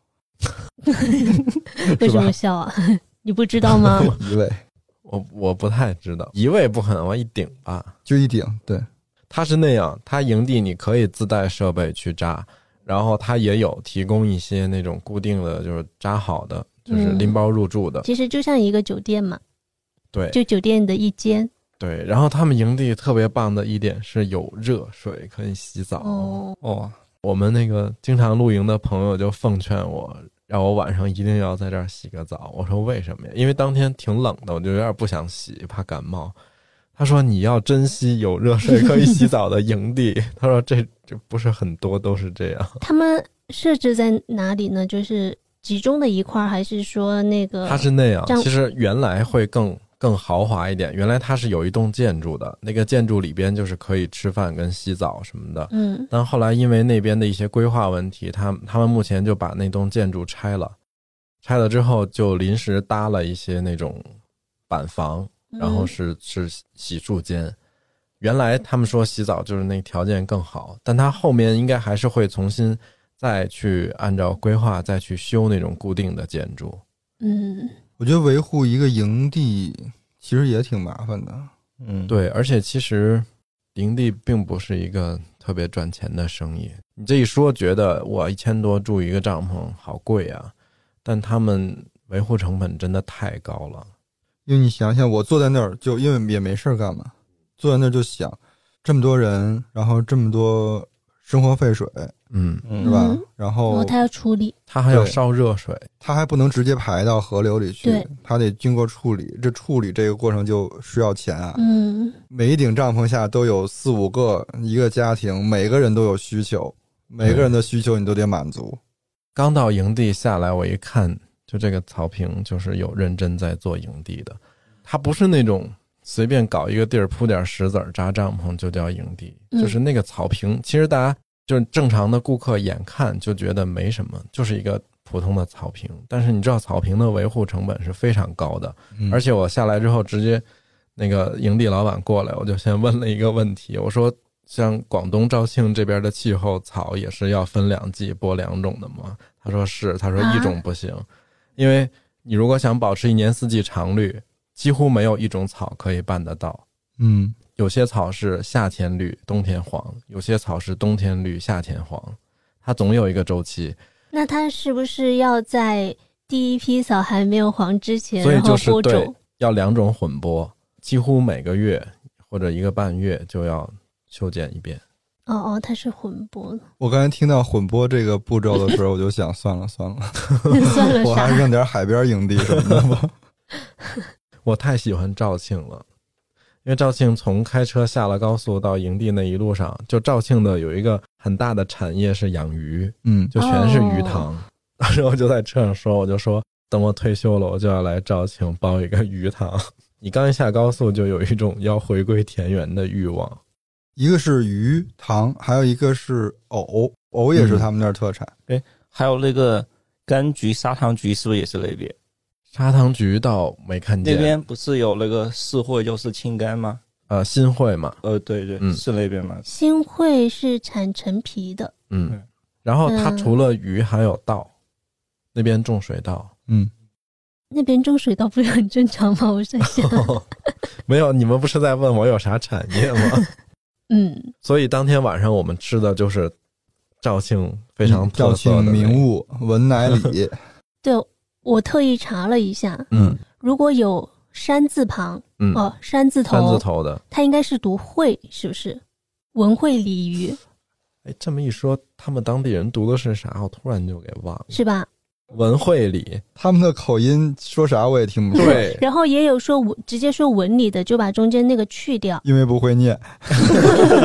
为什么笑啊？你不知道吗？ 一位， 我我不太知道，一位不可能，我一顶吧， 就一顶。对， 他是那样，他营地你可以自带设备去扎，然后他也有提供一些那种固定的，就是扎好的，就是拎包入住的。 嗯、其实就像一个酒店嘛， 对， 就酒店的一间。 对，然后他们营地特别棒的一点是有热水可以洗澡。 哦哦，我们那个经常露营的朋友就奉劝我，让我晚上一定要在这儿洗个澡。我说为什么呀？因为当天挺冷的，我就有点不想洗，怕感冒。他说你要珍惜有热水可以洗澡的营地。他说这这不是很多都是这样。 他们设置在哪里呢？就是集中的一块，还是说那个？ 它是那样，其实原来会更更豪华一点。原来它是有一栋建筑的，那个建筑里边就是可以吃饭跟洗澡什么的。 嗯， 但后来因为那边的一些规划问题，他他们目前就把那栋建筑拆了，拆了之后就临时搭了一些那种板房。然后是是洗漱间，原来他们说洗澡就是那条件更好，但他后面应该还是会重新再去按照规划再去修那种固定的建筑。 嗯， 我觉得维护一个营地其实也挺麻烦的。 嗯，对，而且其实营地并不是一个特别赚钱的生意。你这一说觉得我一千多住一个帐篷好贵啊，但他们维护成本真的太高了。 因为你想想，我坐在那儿就因为也没事干嘛，坐在那儿就想，这么多人，然后这么多生活废水， 嗯， 是吧？ 嗯、 然后、 哦、他要处理， 他还要烧热水， 他还不能直接排到河流里去，他得经过处理。这处理这个过程就需要钱啊。 嗯， 每一顶帐篷下都有四五个一个家庭，每个人都有需求，每个人的需求你都得满足。 刚到营地下来，我一看。就这个草坪就是有认真在做营地的，它不是那种随便搞一个地儿铺点石子儿扎帐篷就叫营地、嗯、就是那个草坪其实大家就是正常的顾客眼看就觉得没什么，就是一个普通的草坪，但是你知道草坪的维护成本是非常高的、嗯、而且我下来之后直接那个营地老板过来，我就先问了一个问题，我说像广东肇庆这边的气候草也是要分两季播两种的吗？他说是，他说一种不行、啊，因为你如果想保持一年四季常绿，几乎没有一种草可以办得到。 嗯， 有些草是夏天绿冬天黄，有些草是冬天绿夏天黄，它总有一个周期。 那它是不是要在第一批草还没有黄之前， 所以就是然后播种？ 对，要两种混播，几乎每个月或者一个半月就要修剪一遍。 哦哦，它是混播的。 我刚才听到混播这个步骤的时候，我就想算了算了， 算了， 我还是扔点海边营地什么的吧。 我太喜欢肇庆了，因为肇庆从开车下了高速到营地那一路上，就肇庆的有一个很大的产业是养鱼， 嗯， 就全是鱼塘。当时我就在车上说，我就说等我退休了，我就要来肇庆包一个鱼塘。你刚一下高速，就有一种要回归田园的欲望。 一个是鱼塘，还有一个是藕，藕也是他们那儿特产。 对、嗯，还有那个柑橘、砂糖橘，是不是也是那边？ 砂糖橘倒没看见。 那边不是有那个市会，就是青柑吗？ 呃，新会嘛。 呃，对对，嗯、是那边吗？ 新会是产陈皮的。 嗯，然后它除了鱼还有稻，嗯、那边种水稻。 嗯， 那边种水稻不是很正常吗？我在想。 哦、没有，你们不是在问我有啥产业吗？ 嗯， 所以当天晚上我们吃的就是肇庆非常特色的、 肇庆名物文乃里。 对，我特意查了一下， 嗯， 如果有山字旁， 嗯， 哦，山字头， 山字头的， 它应该是读会，是不是？文会鲤鱼。 哎，这么一说，他们当地人读的是啥？我突然就给忘了， 是吧？ 文会里， 他们的口音说啥我也听不懂。 对， 然后也有说直接说文理的，就把中间那个去掉， 因为不会念。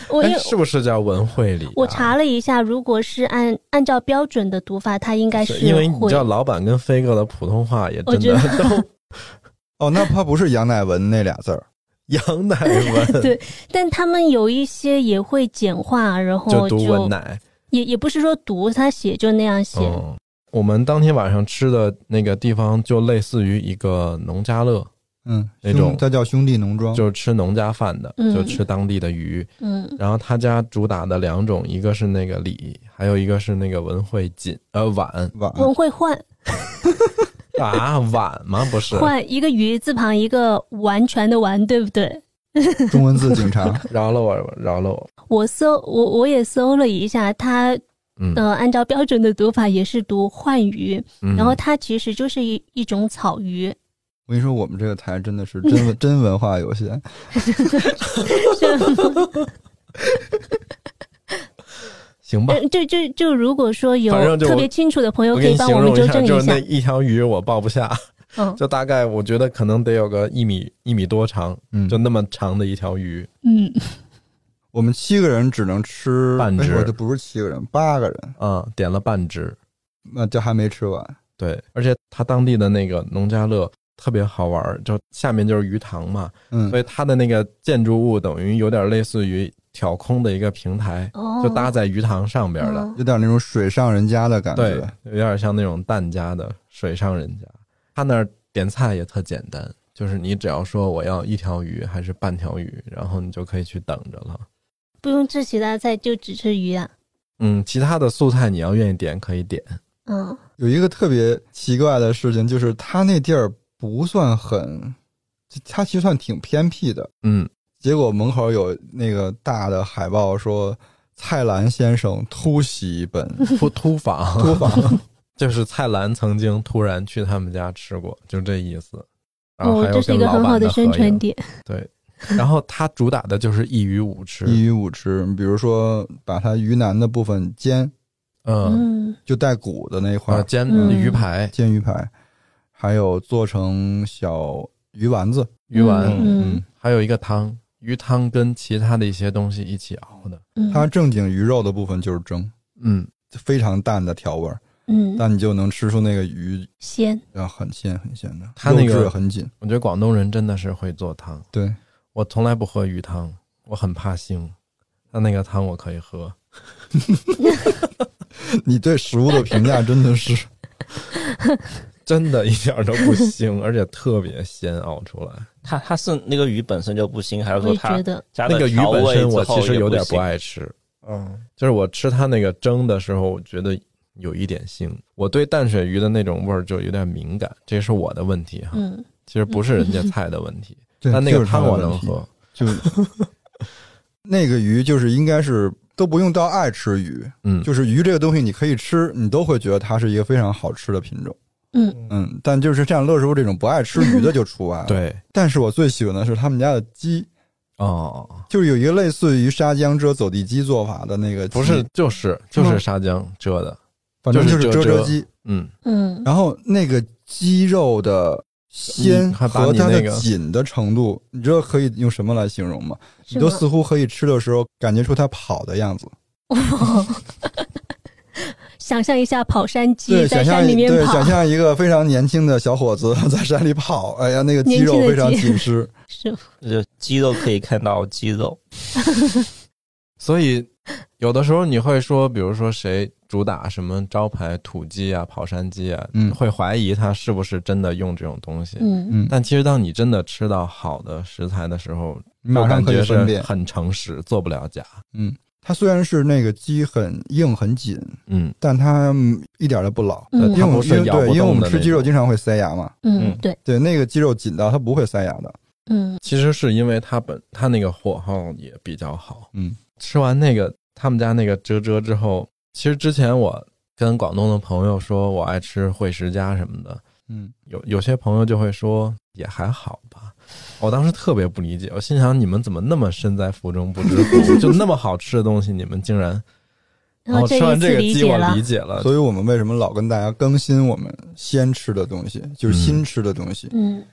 我哎，是不是叫文会里、啊？ 我查了一下，如果是按按照标准的读法，它应该是因为你知道老板跟飞哥的普通话也真的都哦，那他不是杨乃文那俩字儿， 杨乃文对，但他们有一些也会简化，然后就就读文乃， 也也不是说读，他写就那样写。 嗯，我们当天晚上吃的那个地方就类似于一个农家乐。 嗯， 那种它叫兄弟农庄， 就吃农家饭的、 嗯、 就吃当地的鱼。 嗯， 然后他家主打的两种，一个是那个鲤，还有一个是那个文汇锦呃碗碗文汇换啊碗吗？不是换一个鱼字旁一个完全的完，对不对？ 中文字警察饶了我饶了我。 我搜我我也搜了一下，它嗯呃按照标准的读法也是读换鱼、 嗯， 然后它其实就是一一种草鱼。 我跟你说，我们这个台真的是真文真文化有限。 行吧， 就就就如果说有特别清楚的朋友，可以帮我们纠正一下。 就是那一条鱼我抱不下， 嗯， 就大概我觉得可能得有个一米一米多长，嗯，就那么长的一条鱼。 嗯， 我们七个人只能吃半只， 这不是七个人，八个人， 嗯，点了半只， 那这还没吃完。 对，而且他当地的那个农家乐特别好玩，就下面就是鱼塘嘛， 嗯， 所以它的那个建筑物等于有点类似于挑空的一个平台， 哦、 就搭在鱼塘上边的、 哦， 有点那种水上人家的感觉， 对，有点像那种疍家的水上人家。他那儿点菜也特简单，就是你只要说我要一条鱼还是半条鱼，然后你就可以去等着了， 不用吃其他菜，就只吃鱼啊。 嗯，其他的素菜你要愿意点可以点。 嗯， 有一个特别奇怪的事情，就是他那地儿不算很，他其实算挺偏僻的， 嗯， 结果门口有那个大的海报说蔡澜先生突袭本突突访突访就是蔡澜曾经突然去他们家吃过，就这意思。然后还有哦，这是一个很好的宣传点。 对，然后他主打的就是一鱼五吃， 一鱼五吃，比如说把它鱼腩的部分煎， 嗯， 就带骨的那一块、 啊、煎鱼排、 嗯，煎鱼排，还有做成小鱼丸子， 鱼丸， 嗯， 嗯还有一个汤，鱼汤跟其他的一些东西一起熬的。 嗯， 它正经鱼肉的部分就是蒸， 嗯， 非常淡的调味儿。 嗯， 但你就能吃出那个鱼鲜， 啊，很鲜很鲜的， 它那个肉质很紧。 我觉得广东人真的是会做汤。 对， 我从来不喝鱼汤，我很怕腥，但那个汤我可以喝。 你对食物的评价真的是， 真的一点都不腥，而且特别鲜，熬出来。 它它是那个鱼本身就不腥，还是说它加那个鱼本身我其实有点不爱吃。 嗯， 就是我吃它那个蒸的时候，我觉得有一点腥，我对淡水鱼的那种味儿就有点敏感，这是我的问题哈。 嗯， 其实不是人家菜的问题， 嗯、 但那个汤我能喝。 就那个鱼就是应该是都不用到爱吃鱼， 嗯， 就是鱼这个东西你可以吃，你都会觉得它是一个非常好吃的品种。 嗯嗯，但就是像乐师傅这种不爱吃鱼的就除外了。 对， 但是我最喜欢的是他们家的鸡。 哦， 就是有一个类似于沙姜遮走地鸡做法的那个鸡， 不是，就是就是沙姜遮的， 反正就是遮遮鸡， 嗯嗯。 然后那个鸡肉的鲜和它的紧的程度，你知道可以用什么来形容吗？你都似乎可以吃的时候感觉出它跑的样子。 想象一下跑山鸡在山里面跑， 对，想象一个非常年轻的小伙子在山里跑，哎呀，那个肌肉非常紧实， 是， 就肌肉可以看到肌肉。 所以有的时候你会说，比如说谁主打什么招牌土鸡啊、跑山鸡啊， 嗯， 会怀疑他是不是真的用这种东西， 嗯嗯。 但其实当你真的吃到好的食材的时候， 马上可以分辨， 很诚实，做不了假， 嗯。它虽然是那个鸡很硬很紧， 嗯， 但它一点都不老， 嗯、 因为不是咬不动的， 对，因为我们吃鸡肉经常会塞牙嘛， 嗯，对对，那个鸡肉紧到它不会塞牙的， 嗯， 其实是因为它本它那个火候也比较好， 嗯， 吃完那个他们家那个遮遮之后，其实之前我跟广东的朋友说我爱吃惠食家什么的， 嗯， 有有些朋友就会说也还好吧。我当时特别不理解，我心想你们怎么那么身在福中不知福，就那么好吃的东西你们竟然，然后吃完这个鸡我理解了， 所以我们为什么老跟大家更新我们先吃的东西，就是新吃的东西。 嗯，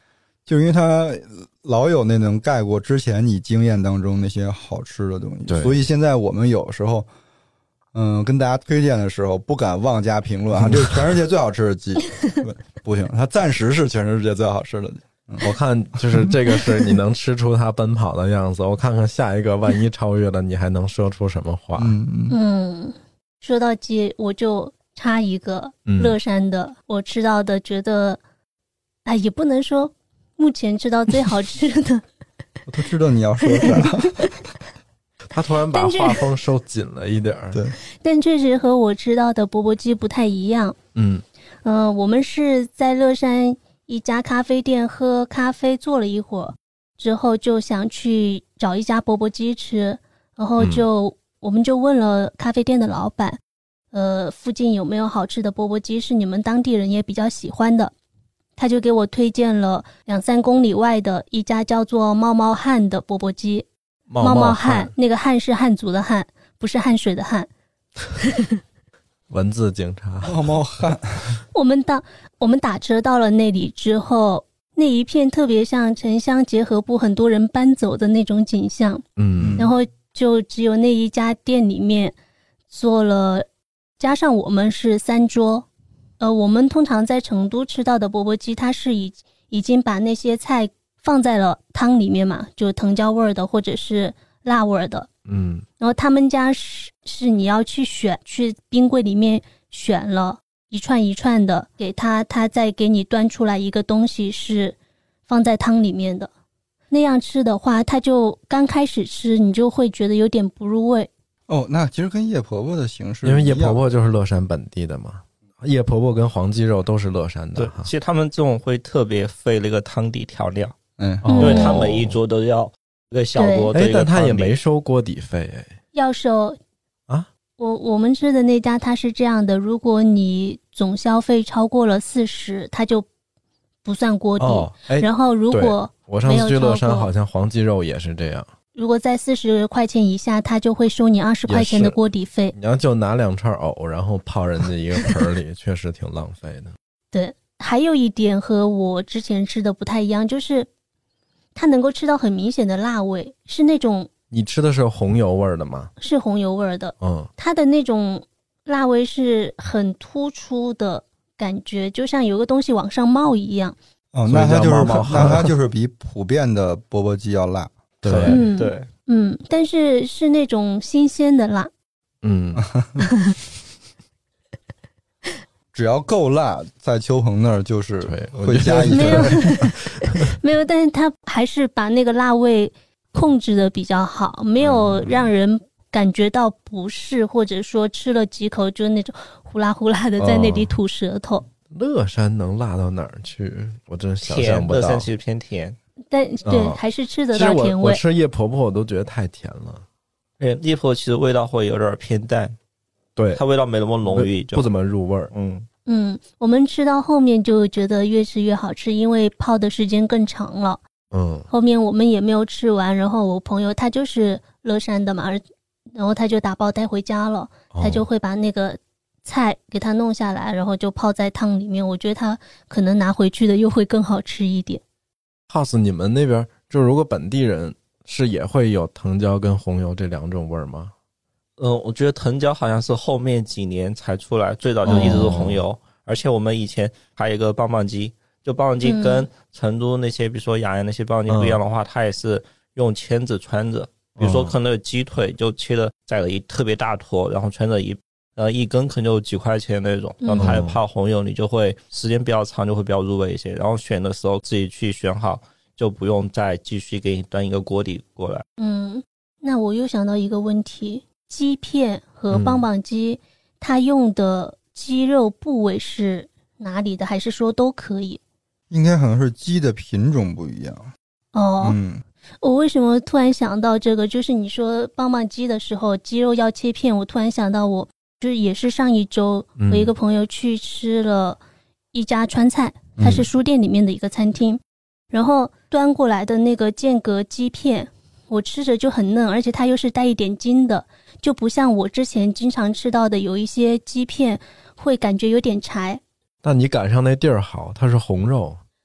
就是因为它老有那种盖过之前你经验当中那些好吃的东西，所以现在我们有时候嗯跟大家推荐的时候不敢妄加评论啊，这是全世界最好吃的鸡不行，它暂时是全世界最好吃的鸡。 嗯、我看就是这个是你能吃出它奔跑的样子，我看看下一个万一超越了你还能说出什么话。 嗯嗯，说到鸡我就插一个乐山的、嗯、我吃到的觉得哎也不能说目前吃到最好吃的我都知道你要说啥他突然把画风收紧了一点。 对， 但确实和我吃到的钵钵鸡不太一样。 嗯呃，我们是在乐山一家咖啡店喝咖啡坐了一会儿之后就想去找一家钵钵鸡吃，然后就、嗯、我们就问了咖啡店的老板呃，附近有没有好吃的钵钵鸡是你们当地人也比较喜欢的，他就给我推荐了两三公里外的一家叫做猫猫汉的钵钵鸡。 猫猫汉，那个汉是汉族的汉，不是汉水的汉文字警察。 猫猫汉我们打我们打车到了那里之后，那一片特别像城乡结合部很多人搬走的那种景象。 嗯， 然后就只有那一家店里面做了，加上我们是三桌。呃，我们通常在成都吃到的钵钵鸡，它是已已经把那些菜放在了汤里面嘛，就藤椒味的或者是辣味的。 嗯， 然后他们家是是你要去选，去冰柜里面选了一串一串的给他，他再给你端出来一个东西是放在汤里面的。那样吃的话，他就刚开始吃你就会觉得有点不入味。 哦，那其实跟叶婆婆的形式， 因为叶婆婆就是乐山本地的嘛，叶婆婆跟黄鸡肉都是乐山的。 对，其实他们这种会特别费那个汤底调料， 嗯， 因为他每一桌都要一个小锅的一个汤底。 哎，但他也没收锅底费哎。 要收啊？ 我我们吃的那家他是这样的，如果你总消费超过了四十，他就不算锅底。 哦，哎， 然后如果我上次去乐山好像黄鸡肉也是这样。 如果在四十块钱以下，他就会收你二十块钱的锅底费。 你要就拿两串藕，然后泡人家一个盆里，确实挺浪费的。 对，还有一点和我之前吃的不太一样，就是它能够吃到很明显的辣味，是那种。 你吃的是红油味的吗？ 是红油味的。 嗯， 它的那种辣味是很突出的感觉，就像有个东西往上冒一样。 哦，那它就是那它就是比普遍的钵钵鸡要辣。 对、 嗯、 对， 嗯，但是是那种新鲜的辣。 嗯， 只要够辣，在秋鹏那儿就是会加一没有没有，但是它还是把那个辣味控制的比较好，没有让人感觉到不适，或者说吃了几口就那种呼啦呼啦的在那里吐舌头。 哦、乐山能辣到哪儿去？我真想象不到。 乐山其实偏甜。 但对、哦、还是吃得到甜味。 我, 我吃叶婆婆我都觉得太甜了。 对，叶婆婆其实味道会有点偏淡， 对， 它味道没那么浓郁， 不怎么入味儿。 嗯嗯，我们吃到后面就觉得越吃越好吃，因为泡的时间更长了。 嗯， 后面我们也没有吃完，然后我朋友他就是乐山的嘛，然后他就打包带回家了， 哦、 他就会把那个菜给他弄下来，然后就泡在汤里面。我觉得他可能拿回去的又会更好吃一点。 House 你们那边就如果本地人是也会有藤椒跟红油这两种味儿吗？ 嗯、呃，我觉得藤椒好像是后面几年才出来，最早就一直是红油、哦、而且我们以前还有一个棒棒鸡，就棒棒鸡跟成都那些、嗯、比如说雅安那些棒棒鸡不一样的话、嗯、它也是用签子穿着，比如说可能有鸡腿就切了宰了一特别大坨，然后穿着一呃一根可能就几块钱那种，然后它还泡红油，你就会时间比较长，就会比较入味一些，然后选的时候自己去选好，就不用再继续给你端一个锅底过来。 嗯，那我又想到一个问题，鸡片和棒棒鸡、嗯、它用的鸡肉部位是哪里的，还是说都可以？ 应该可能是鸡的品种不一样。 哦， 嗯， 我为什么突然想到这个，就是你说棒棒鸡的时候鸡肉要切片，我突然想到我就是也是上一周和一个朋友去吃了一家川菜、嗯、它是书店里面的一个餐厅、嗯、然后端过来的那个间隔鸡片我吃着就很嫩，而且它又是带一点筋的，就不像我之前经常吃到的有一些鸡片会感觉有点柴。 但你赶上那地儿好，它是红肉。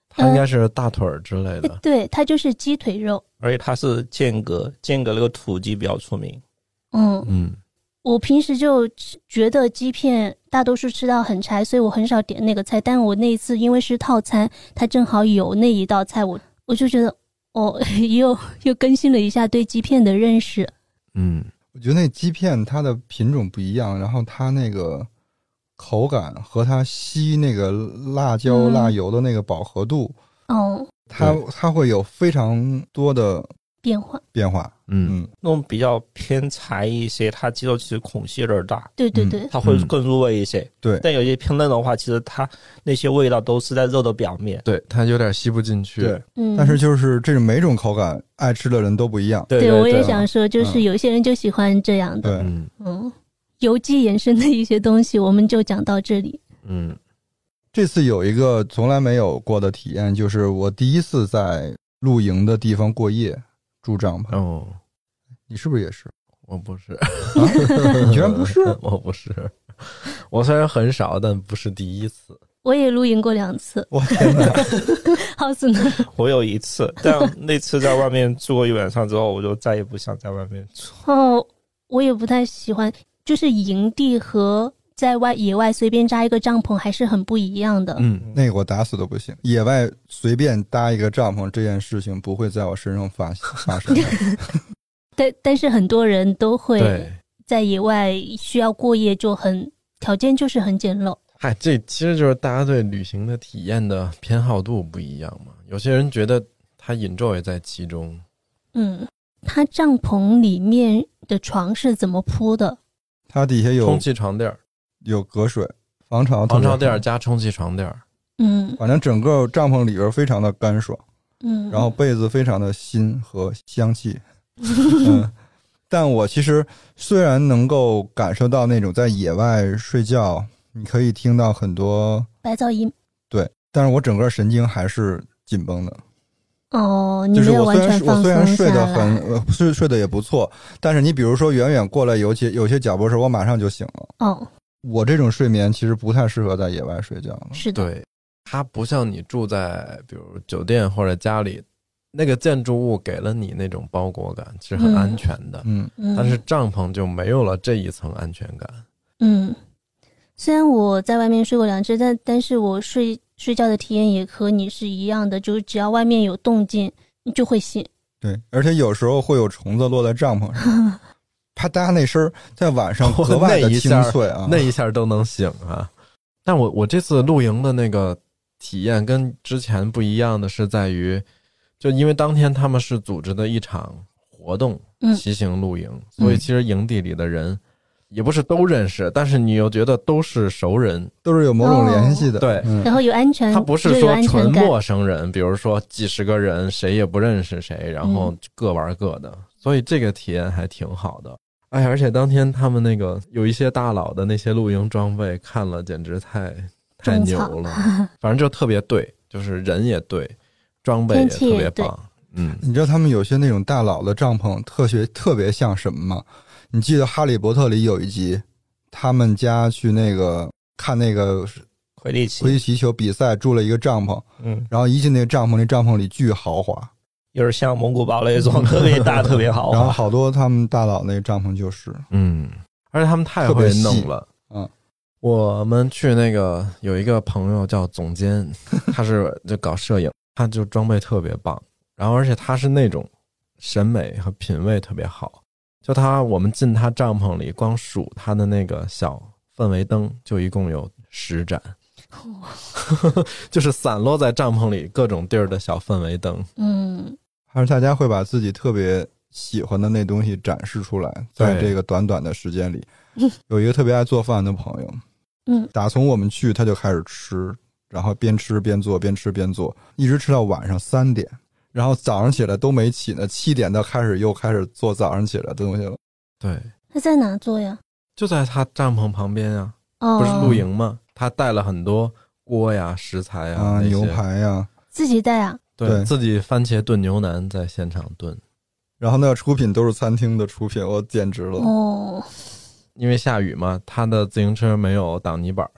它应该是大腿儿之类的。 呃、对，它就是鸡腿肉， 而且它是间隔，间隔那个土鸡比较出名。 嗯嗯， 我平时就觉得鸡片大多数吃到很柴，所以我很少点那个菜。但我那一次因为是套餐，它正好有那一道菜，我我就觉得哦，又又更新了一下对鸡片的认识。 嗯， 我觉得那鸡片它的品种不一样，然后它那个口感和它吸那个辣椒、嗯、辣油的那个饱和度， 哦， 它它会有非常多的变化变化。 嗯， 那种比较偏柴一些，它鸡肉其实孔隙有点大， 对对对， 它会更入味一些。 嗯、对， 但有些偏嫩的话，其实它那些味道都是在肉的表面， 对，它有点吸不进去。 对， 嗯， 但是就是这种每种口感爱吃的人都不一样。 对， 对, 对，我也想说，就是有些人就喜欢这样的。 对， 嗯，油鸡衍生的一些东西，我们就讲到这里。 嗯， 这次有一个从来没有过的体验，就是我第一次在露营的地方过夜。住帐篷哦， 你是不是也是？ 我不是， 啊、你居然不是？ 我不是，我虽然很少，但不是第一次。 我也露营过两次。 我天哪！ 好死呢！ 我有一次，但那次在外面住过一晚上之后，我就再也不想在外面住。 哦，我也不太喜欢，就是营地和在外野外随便扎一个帐篷还是很不一样的。 嗯，那个我打死都不行。野外随便搭一个帐篷这件事情不会在我身上发发生。 但但是很多人都会在野外需要过夜，就很条件就是很简陋。 嗨，这其实就是大家对旅行的体验的偏好度不一样嘛。有些人觉得他 enjoy 在其中。 嗯，他帐篷里面的床是怎么铺的？ 它底下有充气床垫， 有隔水，防潮防潮垫加充气床垫。 嗯， 反正整个帐篷里边非常的干爽。 嗯， 然后被子非常的新和香气。嗯，但我其实虽然能够感受到那种在野外睡觉你可以听到很多白噪音， 对，但是我整个神经还是紧绷的。 哦，你没有完全放松下来。 就是我虽然我虽然睡得很呃睡睡得也不错，但是你比如说远远过来有些有些脚步声，我马上就醒了。 哦， 我这种睡眠其实不太适合在野外睡觉了。 是的， 对，它不像你住在比如酒店或者家里，那个建筑物给了你那种包裹感，是很安全的。 嗯， 但是帐篷就没有了这一层安全感。 嗯，虽然我在外面睡过两次，但但是我睡睡觉的体验也和你是一样的，就是只要外面有动静，你就会醒。 对，而且有时候会有虫子落在帐篷上，啪嗒那声在晚上格外的清脆啊， 那一下都能醒啊。但我我这次露营的那个体验跟之前不一样的是在于，就因为当天他们是组织的一场活动，骑行露营， 嗯、 所以其实营地里的人也不是都认识，但是你又觉得都是熟人， 都是有某种联系的。 哦、对、 嗯， 然后有安全， 他不是说纯陌生人，比如说几十个人谁也不认识谁，然后各玩各的、嗯、所以这个体验还挺好的。哎，而且当天他们那个有一些大佬的那些露营装备看了简直太太牛了，反正就特别对，就是人也对，装备也特别棒。嗯， 你知道他们有些那种大佬的帐篷特别特别像什么吗？你记得《哈利波特》里有一集，他们家去那个看那个魁地奇魁地奇球比赛，住了一个帐篷， 嗯， 然后一进那个帐篷，那帐篷里巨豪华， 有点像蒙古包那种，特别大，特别豪华。 然后好多他们大佬那个帐篷就是， 嗯，而且他们太会弄了， 嗯。 我们去那个有一个朋友叫总监，他是就搞摄影，他就装备特别棒，然后而且他是那种审美和品味特别好。就他，我们进他帐篷里，光数他的那个小氛围灯，就一共有十盏，就是散落在帐篷里各种地儿的小氛围灯。 嗯， 还是大家会把自己特别喜欢的那东西展示出来，在这个短短的时间里。有一个特别爱做饭的朋友， 嗯， 打从我们去他就开始吃，然后边吃边做，边吃边做，一直吃到晚上三点。然后早上起来都没起呢，七点到开始又开始做早上起来的东西了。 对， 他在哪做呀？ 就在他帐篷旁边啊， 哦， 不是露营吗？他带了很多锅呀、食材呀、 啊、牛排呀， 自己带啊？ 对， 对自己番茄炖牛腩在现场炖。 然后那个出品都是餐厅的出品，我简直了。 哦， 因为下雨嘛，他的自行车没有挡泥板，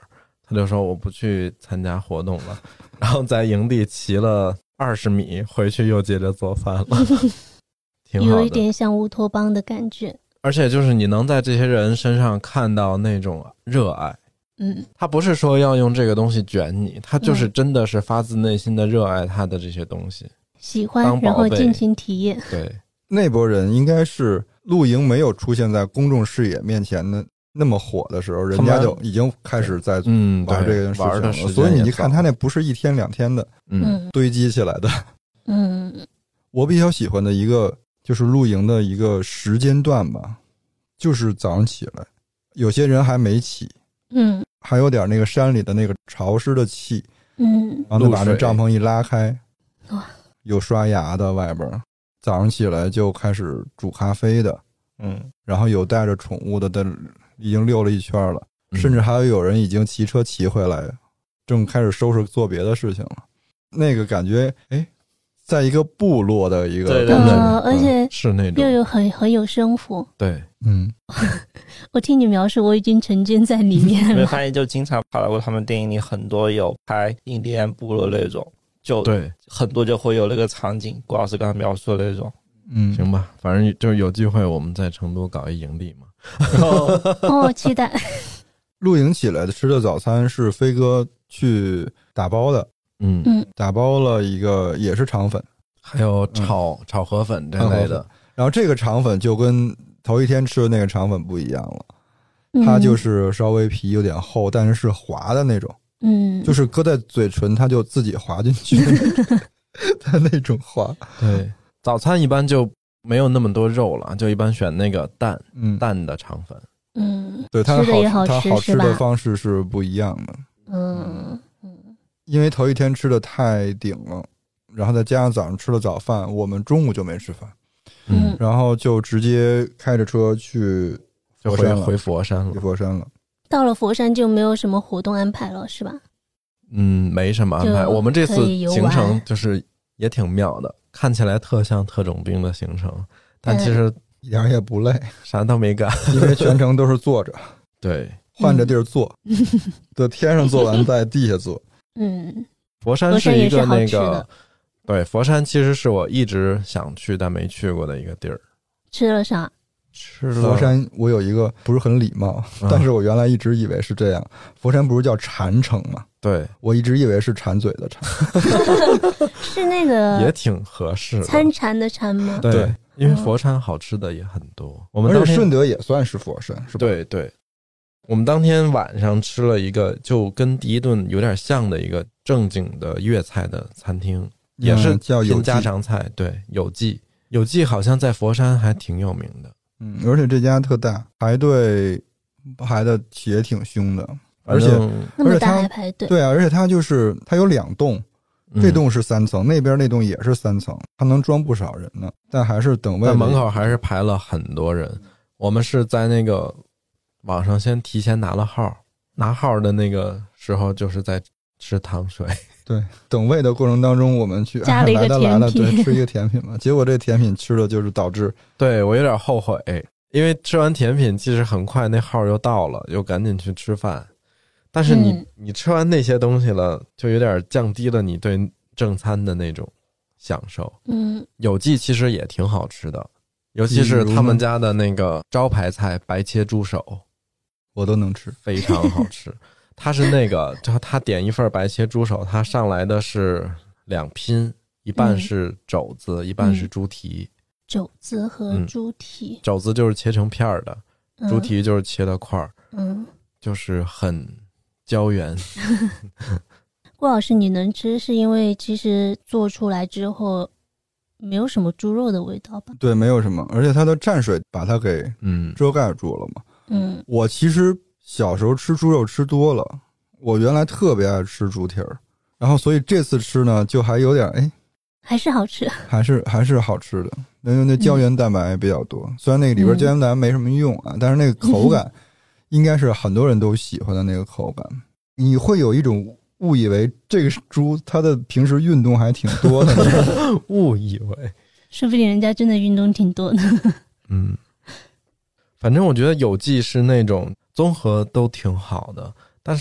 他就说我不去参加活动了，然后在营地骑了二十米，回去又接着做饭了，挺好的， 有一点像乌托邦的感觉。 而且就是你能在这些人身上看到那种热爱， 嗯， 他不是说要用这个东西卷你，他就是真的是发自内心的热爱他的这些东西， 喜欢然后尽情体验。 对， 那波人应该是露营没有出现在公众视野面前的那么火的时候，人家就已经开始在玩这个事情了，嗯、所以你看他那不是一天两天的嗯堆积起来的。 嗯， 我比较喜欢的一个就是露营的一个时间段吧，就是早上起来，有些人还没起， 嗯， 还有点那个山里的那个潮湿的气， 嗯， 然后把这帐篷一拉开， 哇， 有刷牙的外边，早上起来就开始煮咖啡的， 嗯， 然后有带着宠物的的已经溜了一圈了，嗯、甚至还有有人已经骑车骑回来，正开始收拾做别的事情了。那个感觉，哎，在一个部落的一个对对对、呃，而且是那种又有很很有生活。 对， 嗯， 我听你描述，我已经沉浸在里面了。 你会发现，就经常跑到过他们电影里，很多有拍印第安部落那种，就对很多就会有那个场景，郭老师刚才描述的那种。 嗯， 行吧，反正就是有机会我们在成都搞一营地嘛。 哦，期待。 露营起来的吃的早餐是飞哥去打包的， 嗯嗯， 打包了一个也是肠粉， 还有炒、嗯、炒河粉这类的。 然后这个肠粉就跟头一天吃的那个肠粉不一样了，嗯、它就是稍微皮有点厚，但是是滑的那种， 嗯， 就是搁在嘴唇它就自己滑进去的那种滑。 对。早餐一般就没有那么多肉了，就一般选那个蛋， 嗯， 蛋的肠粉。 嗯， 对，它好它好吃的方式是不一样的。 嗯嗯， 因为头一天吃的太顶了，然后再加上早上吃了早饭，我们中午就没吃饭， 嗯， 然后就直接开着车去佛山了， 回佛山了， 回佛山了。 到了佛山就没有什么活动安排了，是吧？ 嗯，没什么安排。我们这次行程就是也挺妙的。看起来特像特种兵的行程，但其实一点也不累， 啥都没干， 因为全程都是坐着， 对， 换着地儿坐，在天上做完在地下做。 嗯， 佛山是一个那个，对，佛山其实是我一直想去但没去过的一个地儿。 吃了啥？ 吃了佛山，我有一个不是很礼貌，嗯、但是我原来一直以为是这样。佛山不是叫馋城吗？ 对， 我一直以为是馋嘴的馋， 是那个也挺合适的， 参禅的禅吗？ 对，因为佛山好吃的也很多。我们而且顺德也算是佛山，是吧？ 对对，我们当天晚上吃了一个就跟第一顿有点像的一个正经的粤菜的餐厅， 嗯、 也是叫有家常菜，对，有记，有记好像在佛山还挺有名的。 嗯，而且这家特大，排队排的也挺凶的。而且那么大还排队， 对啊，而且它就是它有两栋，这栋是三层，嗯、那边那栋也是三层，它能装不少人呢，但还是等位。 但门口还是排了很多人。我们是在那个网上先提前拿了号，拿号的那个时候就是在吃糖水。 对，等位的过程当中，我们去加了一个甜品， 来了来了，对，吃一个甜品嘛。结果这甜品吃了就是导致， 对我有点后悔，因为吃完甜品，其实很快那号又到了，又赶紧去吃饭。但是你、嗯、你吃完那些东西了，就有点降低了你对正餐的那种享受。 嗯， 有记其实也挺好吃的，尤其是他们家的那个招牌菜白切猪手， 我都能吃， 非常好吃。他是那个，就他点一份白切猪手，他上来的是两拼，一半是肘子，嗯、一半是猪蹄。 肘子和猪蹄， 嗯、肘子就是切成片的，嗯、猪蹄就是切的块儿， 嗯， 就是很胶原。 郭老师，你能吃是因为其实做出来之后没有什么猪肉的味道吧？ 对，没有什么，而且它的蘸水把它给嗯遮盖住了嘛。 嗯， 我其实小时候吃猪肉吃多了，我原来特别爱吃猪蹄儿，然后所以这次吃呢就还有点哎， 还是好吃， 还是还是好吃的，因为那胶原蛋白比较多。嗯、虽然那个里边胶原蛋白没什么用啊，嗯、但是那个口感应该是很多人都喜欢的那个口感。你会有一种误以为这个猪它的平时运动还挺多的， 误以为， 说不定人家真的运动挺多的。 嗯，反正我觉得有记是那种综合都挺好的，但是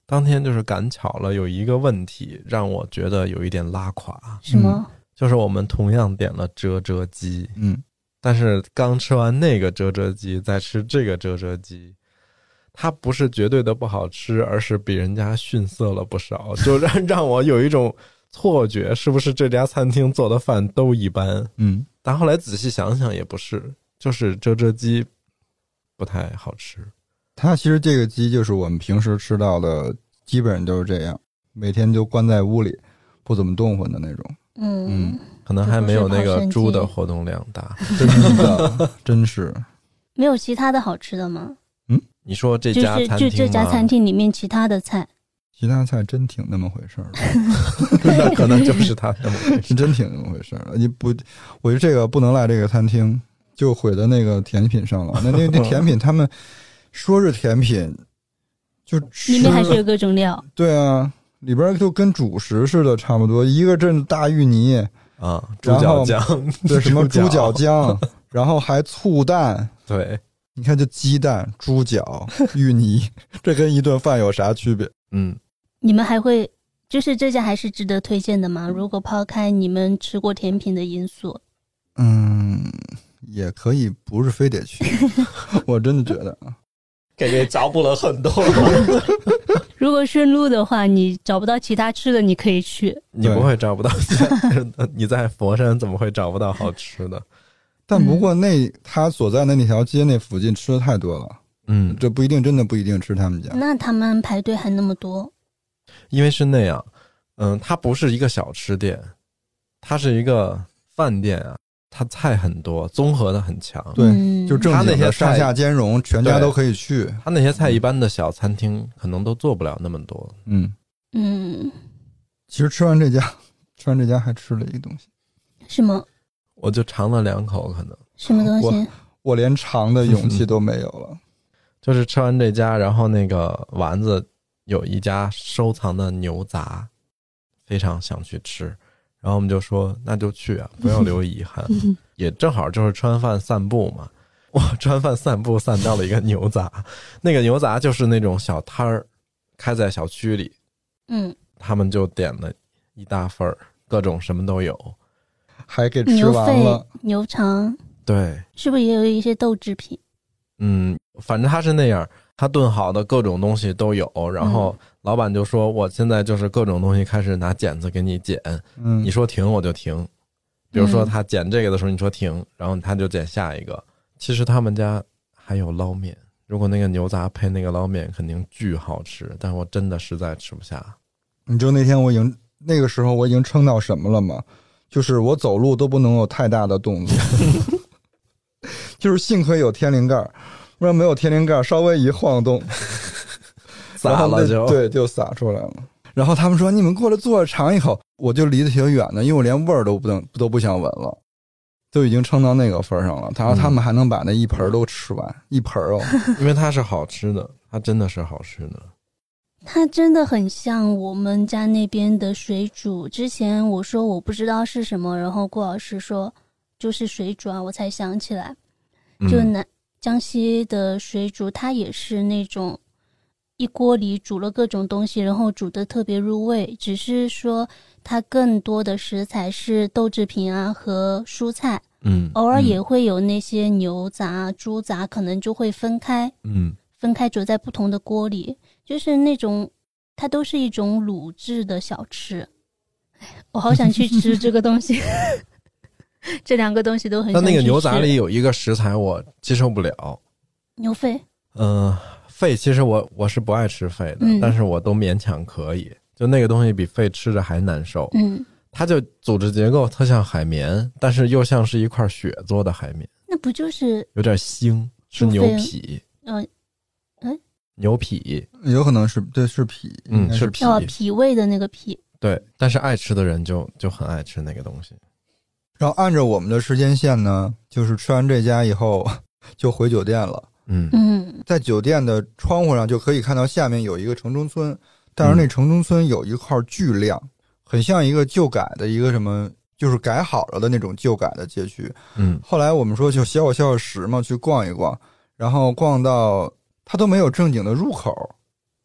当天就是赶巧了，有一个问题让我觉得有一点拉垮。 什么？ 就是我们同样点了啫啫鸡， 嗯， 但是刚吃完那个啫啫鸡，再吃这个啫啫鸡，它不是绝对的不好吃，而是比人家逊色了不少，就让让我有一种错觉，是不是这家餐厅做的饭都一般？ 嗯， 但后来仔细想想也不是，就是啫啫鸡不太好吃。 它其实这个鸡就是我们平时吃到的，基本上都是这样，每天就关在屋里，不怎么动换的那种。 嗯嗯， 可能还没有那个猪的活动量大， 真的，真是。 没有其他的好吃的吗？ 嗯， 你说这家餐厅吗？ 就是就这家餐厅里面其他的菜， 其他菜真挺那么回事儿的， 那可能就是它那么回事， 真挺那么回事儿的。你不，我觉得这个不能赖这个餐厅，就毁在那个甜品上了。那那那甜品他们。说是甜品，就里面还是有各种料。 对啊，里边就跟主食似的，差不多。一个阵大芋泥啊，猪脚酱， 对，什么猪脚酱，然后还醋蛋。 对， 你看这鸡蛋、猪脚、芋泥，这跟一顿饭有啥区别？ 嗯， 你们还会就是这家还是值得推荐的吗？如果抛开你们吃过甜品的因素， 嗯，也可以，不是非得去。我真的觉得。 感觉找补了很多。 如果顺路的话，你找不到其他吃的，你可以去。 你不会找不到，你在佛山怎么会找不到好吃的？ 但不过那他所在的那条街那附近吃的太多了， 嗯， 这不一定，真的不一定吃他们家。 那他们排队还那么多？ 因为是那样，嗯，它不是一个小吃店，它是一个饭店啊。它菜很多，综合的很强， 对，就正经的上下兼容，全家都可以去。 它那些菜一般的小餐厅可能都做不了那么多。 嗯嗯， 其实吃完这家，吃完这家还吃了一个东西， 什么？ 我就尝了两口，可能什么东西？ 我, 我连尝的勇气都没有了。 就是吃完这家，然后那个丸子有一家收藏的牛杂，非常想去吃。然后我们就说那就去啊，不要留遗憾。也正好就是吃完饭散步嘛，我吃完饭散步散到了一个牛杂，那个牛杂就是那种小摊儿，开在小区里。 嗯， 他们就点了一大份儿，各种什么都有， 还给吃完了。 牛肺、牛肠， 对， 是不是也有一些豆制品？ 嗯，反正他是那样。他炖好的各种东西都有，然后老板就说我现在就是各种东西开始拿剪子给你剪， 嗯， 你说停我就停。比如说他剪这个的时候你说停，然后他就剪下一个。其实他们家还有捞面，如果那个牛杂配那个捞面肯定巨好吃，但我真的实在吃不下。 你知道那天我已经那个时候我已经撑到什么了吗？就是我走路都不能有太大的动作。就是幸亏有天灵盖，不然没有天灵盖，稍微一晃动， 洒了就对，就洒出来了。然后他们说：“你们过来坐着尝一口。”我就离得挺远的，因为我连味儿都不能都不想闻了，都已经撑到那个份上了。然后他们还能把那一盆都吃完，嗯、一盆哦， 因为它是好吃的，它真的是好吃的。 它真的很像我们家那边的水煮。之前我说我不知道是什么，然后顾老师说就是水煮啊，我才想起来，就南。嗯江西的水煮，它也是那种一锅里煮了各种东西，然后煮得特别入味，只是说它更多的食材是豆制品啊和蔬菜， 嗯， 偶尔也会有那些牛杂、猪杂，可能就会分开， 嗯， 分开煮在不同的锅里，就是那种它都是一种卤制的小吃。我好想去吃这个东西。这两个东西都很想去吃。 但那个牛杂里有一个食材我接受不了， 牛肺。 嗯、呃，肺其实我我是不爱吃肺的、嗯，但是我都勉强可以。就那个东西比肺吃着还难受。 嗯， 它就组织结构特像海绵，但是又像是一块雪做的海绵。 那不就是有点腥？是牛皮。 嗯，哎， 牛皮有可能是对，是皮， 嗯，是皮。 哦，脾胃的那个脾。 对，但是爱吃的人就就很爱吃那个东西。 然后按照我们的时间线呢，就是吃完这家以后就回酒店了。 嗯嗯， 在酒店的窗户上就可以看到下面有一个城中村，但是那城中村有一块巨亮，很像一个旧改的一个什么，就是改好了的那种旧改的街区。 嗯，后来我们说就消消消食嘛，去逛一逛，然后逛到它都没有正经的入口，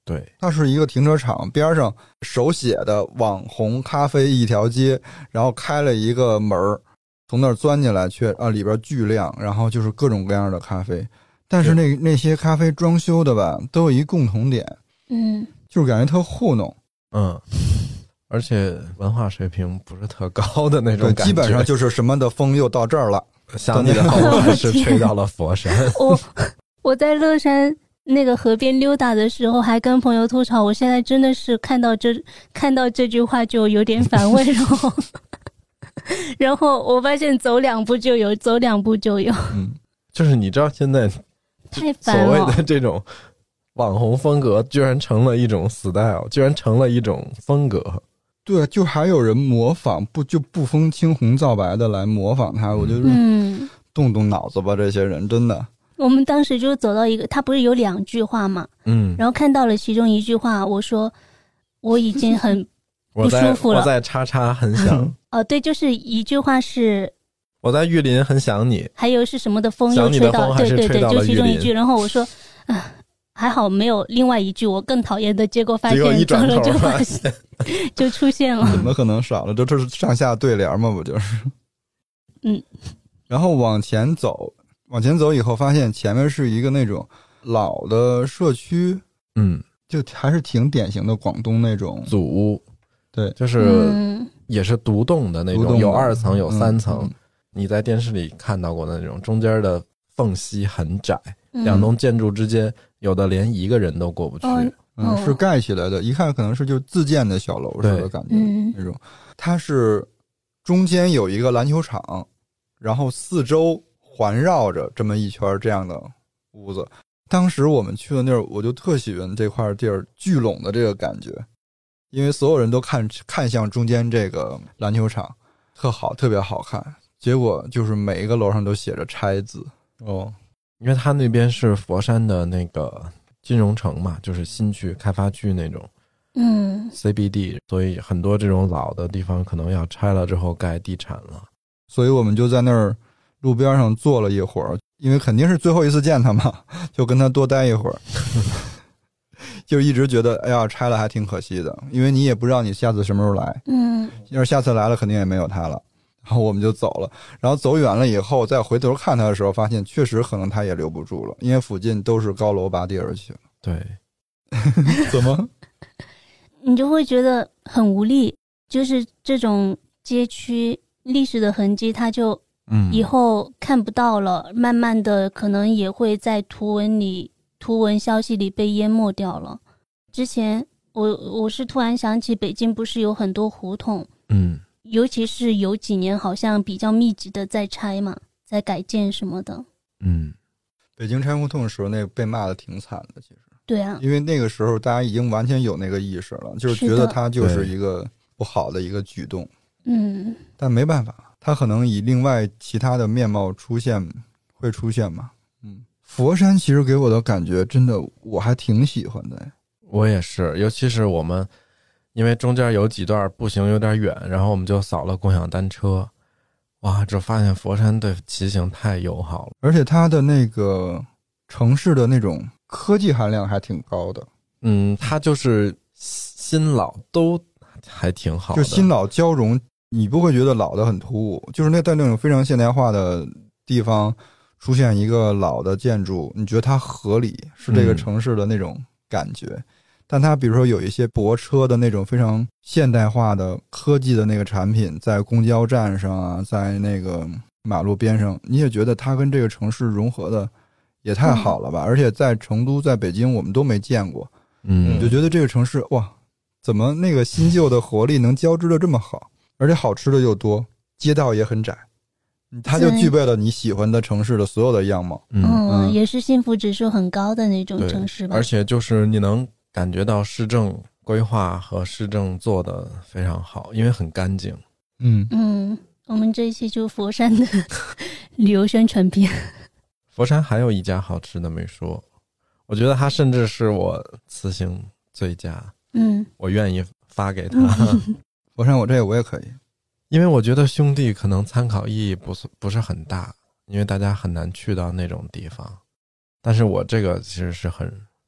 对， 它是一个停车场边上手写的网红咖啡一条街，然后开了一个门儿，从那儿钻进来却啊里边巨亮，然后就是各种各样的咖啡。但是那那些咖啡装修的吧，都有一共同点， 嗯， 就是感觉特糊弄， 嗯，而且文化水平不是特高的那种感觉， 基本上就是什么的风又到这儿了， 想你的后来是吹到了佛山。 我我在乐山那个河边溜达的时候，还跟朋友吐槽，我现在真的是看到这看到这句话就有点反胃，然后然后我发现走两步就有，走两步就有。 嗯，就是你知道现在太烦了， 所谓的这种网红风格，居然成了一种 style， 居然成了一种风格。 对，就还有人模仿，不就不分青红皂白的来模仿他，我觉得嗯， 动动脑子吧，这些人真的。 我们当时就走到一个，他不是有两句话嘛， 嗯， 然后看到了其中一句话，我说我已经很不舒服了， 我在我在叉叉很想哦，对，就是一句话是我在玉林很想你， 还有是什么的风又吹到，对对对，就其中一句，然后我说啊，还好没有另外一句我更讨厌的，结果发现走了就发现就出现了， 怎么可能少了？这这是上下对联嘛，不就是？ 嗯， 然后往前走。往前走以后，发现前面是一个那种老的社区， 嗯， 就还是挺典型的广东那种祖屋， 对， 就是也是独栋的那种， 嗯、 有二层有三层、 嗯， 你在电视里看到过的那种，中间的缝隙很窄， 嗯、 两栋建筑之间有的连一个人都过不去， 哦、 嗯，是盖起来的，一看可能是就自建的小楼似的感觉，那种。它是中间有一个篮球场，然后四周环绕着这么一圈这样的屋子。当时我们去的那儿，我就特喜欢这块地儿聚拢的这个感觉，因为所有人都看看向中间这个篮球场，特好，特别好看。结果就是每一个楼上都写着拆字哦，因为它那边是佛山的那个金融城嘛，就是新区开发区那种， 嗯 ，C B D， 所以很多这种老的地方可能要拆了之后盖地产了， 所以我们就在那儿路边上坐了一会儿。因为肯定是最后一次见他嘛，就跟他多待一会儿，就一直觉得哎呀拆了还挺可惜的，因为你也不知道你下次什么时候来， 嗯， 要是下次来了肯定也没有他了，然后我们就走了，然后走远了以后再回头看他的时候，发现确实可能他也留不住了，因为附近都是高楼拔地而起了。 对， 怎么？ 你就会觉得很无力，就是这种街区历史的痕迹，它就。以后看不到了，慢慢的可能也会在图文里、图文消息里被淹没掉了。之前我我是突然想起，北京不是有很多胡同， 嗯， 尤其是有几年好像比较密集的在拆嘛，在改建什么的。 嗯， 北京拆胡同的时候，那个被骂的挺惨的，其实。 对啊， 因为那个时候大家已经完全有那个意识了，就是觉得它就是一个不好的一个举动。 嗯， 但没办法。它可能以另外其他的面貌出现，会出现嘛？嗯，佛山其实给我的感觉真的我还挺喜欢的。 我也是，尤其是我们因为中间有几段步行有点远，然后我们就扫了共享单车，哇，这发现佛山对骑行太友好了， 而且它的那个城市的那种科技含量还挺高的。 嗯，它就是新老都还挺好的， 就新老交融。你不会觉得老的很突兀，就是那在那种非常现代化的地方出现一个老的建筑，你觉得它合理，是这个城市的那种感觉。嗯、但它比如说有一些泊车的那种非常现代化的科技的那个产品，在公交站上啊，在那个马路边上，你也觉得它跟这个城市融合的也太好了吧？嗯、而且在成都、在北京我们都没见过， 嗯， 你就觉得这个城市哇，怎么那个新旧的活力能交织的这么好？而且好吃的又多，街道也很窄，它就具备了你喜欢的城市的所有的样貌。 嗯，嗯也是幸福指数很高的那种城市吧。 而且就是你能感觉到市政规划和市政做得非常好，因为很干净。 嗯嗯，我们这一期就佛山的旅游宣传片。 佛山还有一家好吃的没说，我觉得它甚至是我此行最佳。 嗯， 我愿意发给他。 嗯佛山我这个我也可以， 因为我觉得兄弟可能参考意义不是不是很大，因为大家很难去到那种地方。但是我这个其实是很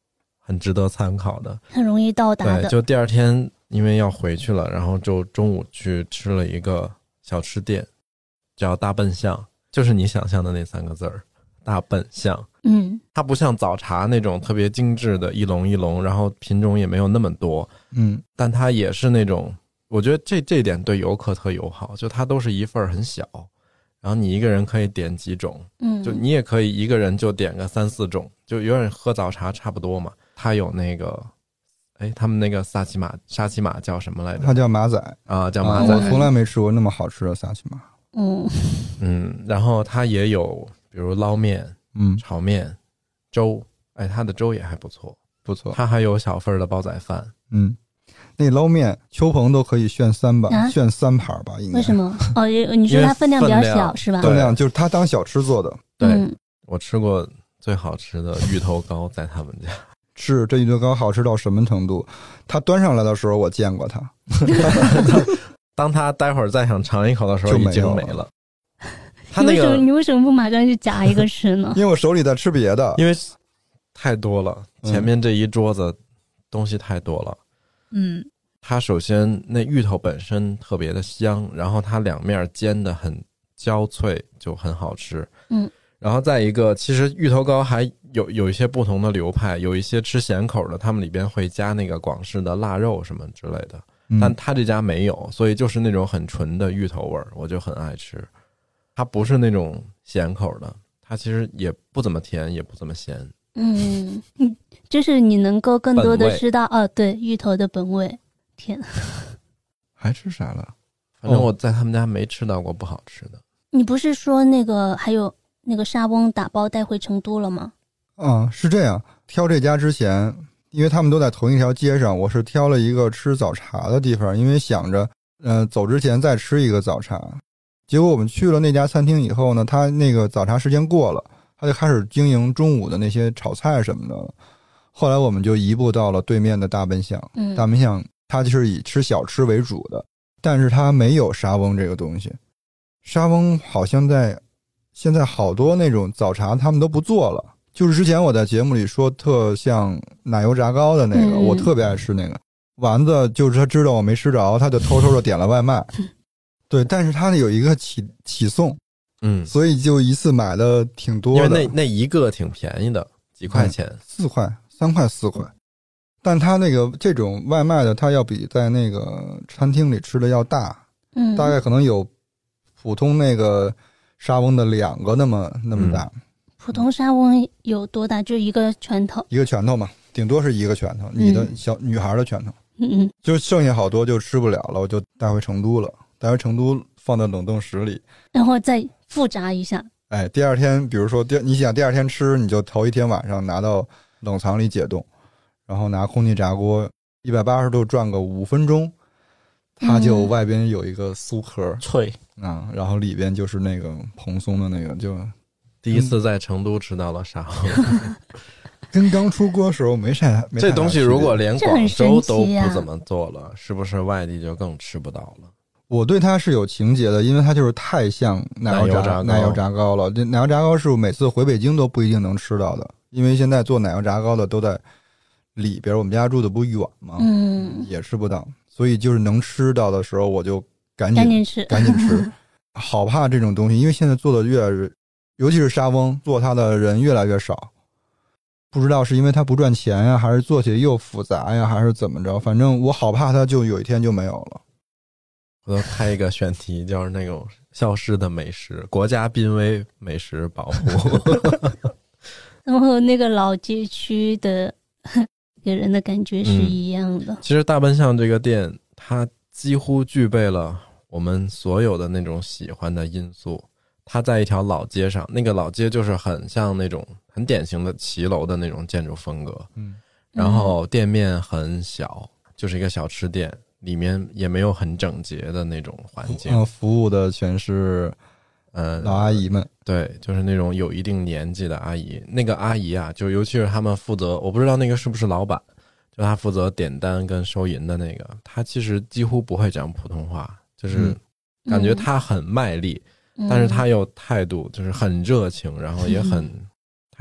很值得参考的， 很容易到达的。 对，就第二天因为要回去了，然后就中午去吃了一个小吃店，叫大笨象，就是你想象的那三个字儿，大笨象。 嗯， 它不像早茶那种特别精致的一笼一笼，然后品种也没有那么多， 嗯， 但它也是那种，我觉得这这一点对游客特友好，就它都是一份很小，然后你一个人可以点几种， 嗯， 就你也可以一个人就点个三四种，就有点喝早茶差不多嘛。它有那个，哎，他们那个萨琪玛沙琪玛叫什么来着？ 它叫马仔啊，叫马仔。 我从来没吃过那么好吃的萨琪玛。 嗯嗯，然后它也有，比如捞面、 嗯， 炒面、粥，哎，它的粥也还不错， 不错。 它还有小份的煲仔饭。 嗯，那捞面秋鹏都可以炫三吧，啊、炫三盘吧，应该。 为什么？哦，你说它分量比较小是吧？ 分量就是它当小吃做的。 对， 嗯、 我吃过最好吃的芋头糕在他们家。 是，这芋头糕好吃到什么程度？他端上来的时候我见过他， 当他待会儿再想尝一口的时候已经没了。他那个你为什么不马上去夹一个吃呢？ 因为我手里在吃别的， 因为太多了，前面这一桌子东西太多了。 嗯， 它首先那芋头本身特别的香，然后它两面煎得很焦脆，就很好吃。 嗯。 然后再一个，其实芋头糕还有有一些不同的流派，有一些吃咸口的，他们里边会加那个广式的腊肉什么之类的， 嗯、 但他这家没有，所以就是那种很纯的芋头味儿，我就很爱吃。它不是那种咸口的，它其实也不怎么甜，也不怎么咸。 嗯，就是你能够更多的吃到哦，对，芋头的本味。天， 还吃啥了？ 反正我在他们家没吃到过不好吃的。 你不是说那个还有？那个沙翁打包带回成都了吗？ 啊，是这样。挑这家之前，因为他们都在同一条街上，我是挑了一个吃早茶的地方，因为想着，呃，走之前再吃一个早茶。结果我们去了那家餐厅以后呢，他那个早茶时间过了，他就开始经营中午的那些炒菜什么的了。后来我们就移步到了对面的大笨象， 嗯， 大笨象它就是以吃小吃为主的，但是它没有沙翁这个东西。沙翁好像在。现在好多那种早茶他们都不做了，就是之前我在节目里说特像奶油炸糕的那个、嗯、我特别爱吃那个丸子，就是他知道我没吃着，他就偷偷的点了外卖对，但是他有一个起起送， 嗯， 所以就一次买的挺多的， 因为那那一个挺便宜的，几块钱、嗯、 四块三块四块，但他那个这种外卖的他要比在那个餐厅里吃的要大， 嗯， 大概可能有普通那个沙翁的两个那么那么大、 嗯，普通沙翁有多大？就一个拳头， 一个拳头嘛，顶多是一个拳头， 嗯、 你的小女孩的拳头。 嗯嗯， 就剩下好多就吃不了了，我就带回成都了，带回成都放在冷冻室里， 然后再复炸一下。 哎，第二天，比如说第你想第二天吃，你就头一天晚上拿到冷藏里解冻，然后拿空气炸锅一百八十度转个五分钟。它就外边有一个酥壳脆啊，然后里边就是那个蓬松的那个，就第一次在成都吃到了沙翁， 跟刚出国的时候没啥。 这东西如果连广州都不怎么做了，是不是外地就更吃不到了？ 我对它是有情节的，因为它就是太像奶油炸奶油炸糕了。这奶油炸糕是我每次回北京都不一定能吃到的，因为现在做奶油炸糕的都在里边，我们家住的不远嘛， 嗯， 也吃不到。所以就是能吃到的时候，我就赶紧赶紧吃， 赶紧吃。好怕这种东西，因为现在做的越来越，尤其是沙翁，做它的人越来越少。不知道是因为它不赚钱呀，还是做起来又复杂呀，还是怎么着？反正我好怕它就有一天就没有了。 我都开一个选题，就是那种消失的美食，国家濒危美食保护。 然后那个老街区的。给人的感觉是一样的、 嗯、其实大笨象这个店它几乎具备了我们所有的那种喜欢的因素。它在一条老街上，那个老街就是很像那种很典型的骑楼的那种建筑风格， 嗯， 然后店面很小，就是一个小吃店，里面也没有很整洁的那种环境， 嗯，服务的全是呃老阿姨们， 对，就是那种有一定年纪的阿姨。那个阿姨啊，就尤其是他们负责，我不知道那个是不是老板，就他负责点单跟收银的那个，他其实几乎不会讲普通话，就是感觉他很卖力、嗯、但是他有态度，就是很热情，然后也很、嗯、他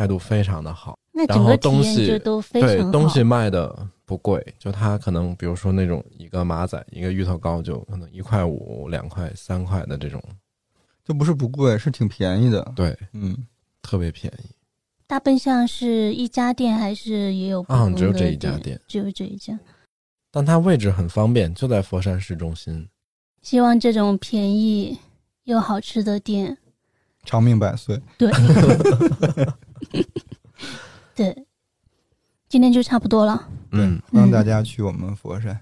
态度非常的好， 那整个体验就都非常好。 对，东西卖的不贵，就它可能比如说那种一个马仔一个芋头糕就可能一块五两块三块的这种， 就不是不贵，是挺便宜的。 对， 嗯， 特别便宜。 大笨象是一家店还是也有不同的店？ 啊，只有这一家店， 只有这一家。 但它位置很方便，就在佛山市中心。 希望这种便宜又好吃的店长命百岁。 对对，今天就差不多了。 嗯， 让大家去我们佛山。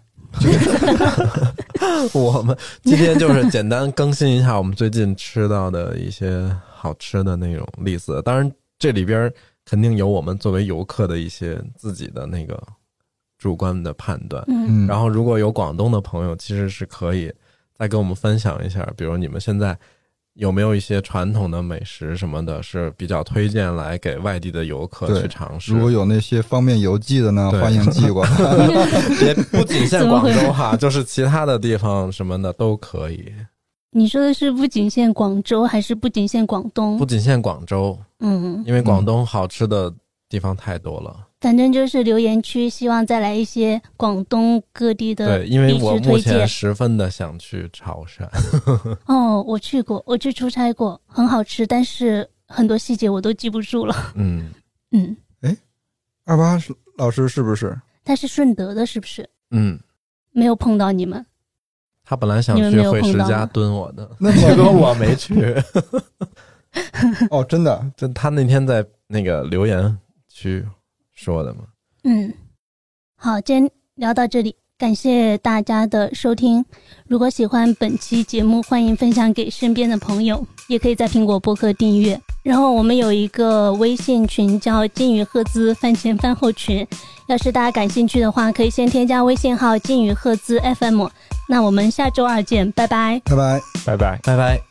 我们今天就是简单更新一下我们最近吃到的一些好吃的那种例子，当然这里边肯定有我们作为游客的一些自己的那个主观的判断。 嗯， 然后如果有广东的朋友，其实是可以再跟我们分享一下，比如你们现在有没有一些传统的美食什么的是比较推荐来给外地的游客去尝试。 如果有那些方便邮寄的呢，欢迎寄过来。 也不仅限广州哈，就是其他的地方什么的都可以。 你说的是不仅限广州还是不仅限广东？ 不仅限广州， 嗯， 因为广东好吃的地方太多了。 反正就是留言区希望再来一些广东各地的对，因为我目前必吃推荐。 十分的想去潮汕。 哦，我去过，我去出差过，很好吃，但是很多细节我都记不住了。 嗯嗯， 哎，二八老师是不是？ 他是顺德的，是不是？ 嗯， 没有碰到你们。 他本来想去惠食家蹲我的， 那结果我没去。 哦，真的？ 就他那天在那个留言区说的嘛。 嗯，好，今天聊到这里，感谢大家的收听。如果喜欢本期节目，欢迎分享给身边的朋友，也可以在苹果播客订阅。然后我们有一个微信群叫金鱼赫兹饭前饭后群，要是大家感兴趣的话，可以先添加微信号金鱼赫兹 F M。那我们下周二见，拜拜， 拜拜， 拜拜， 拜拜。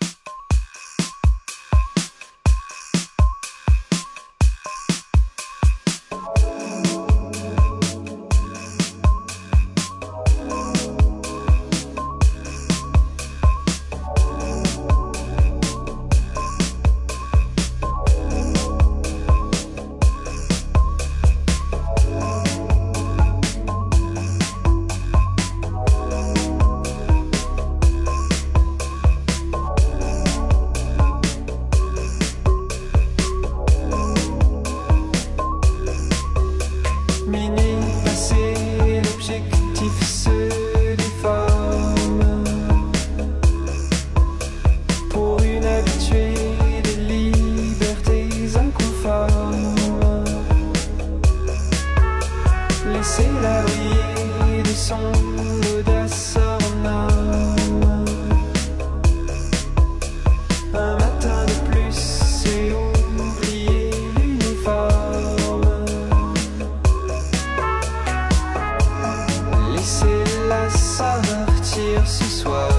Laissez-la sortir ce soir.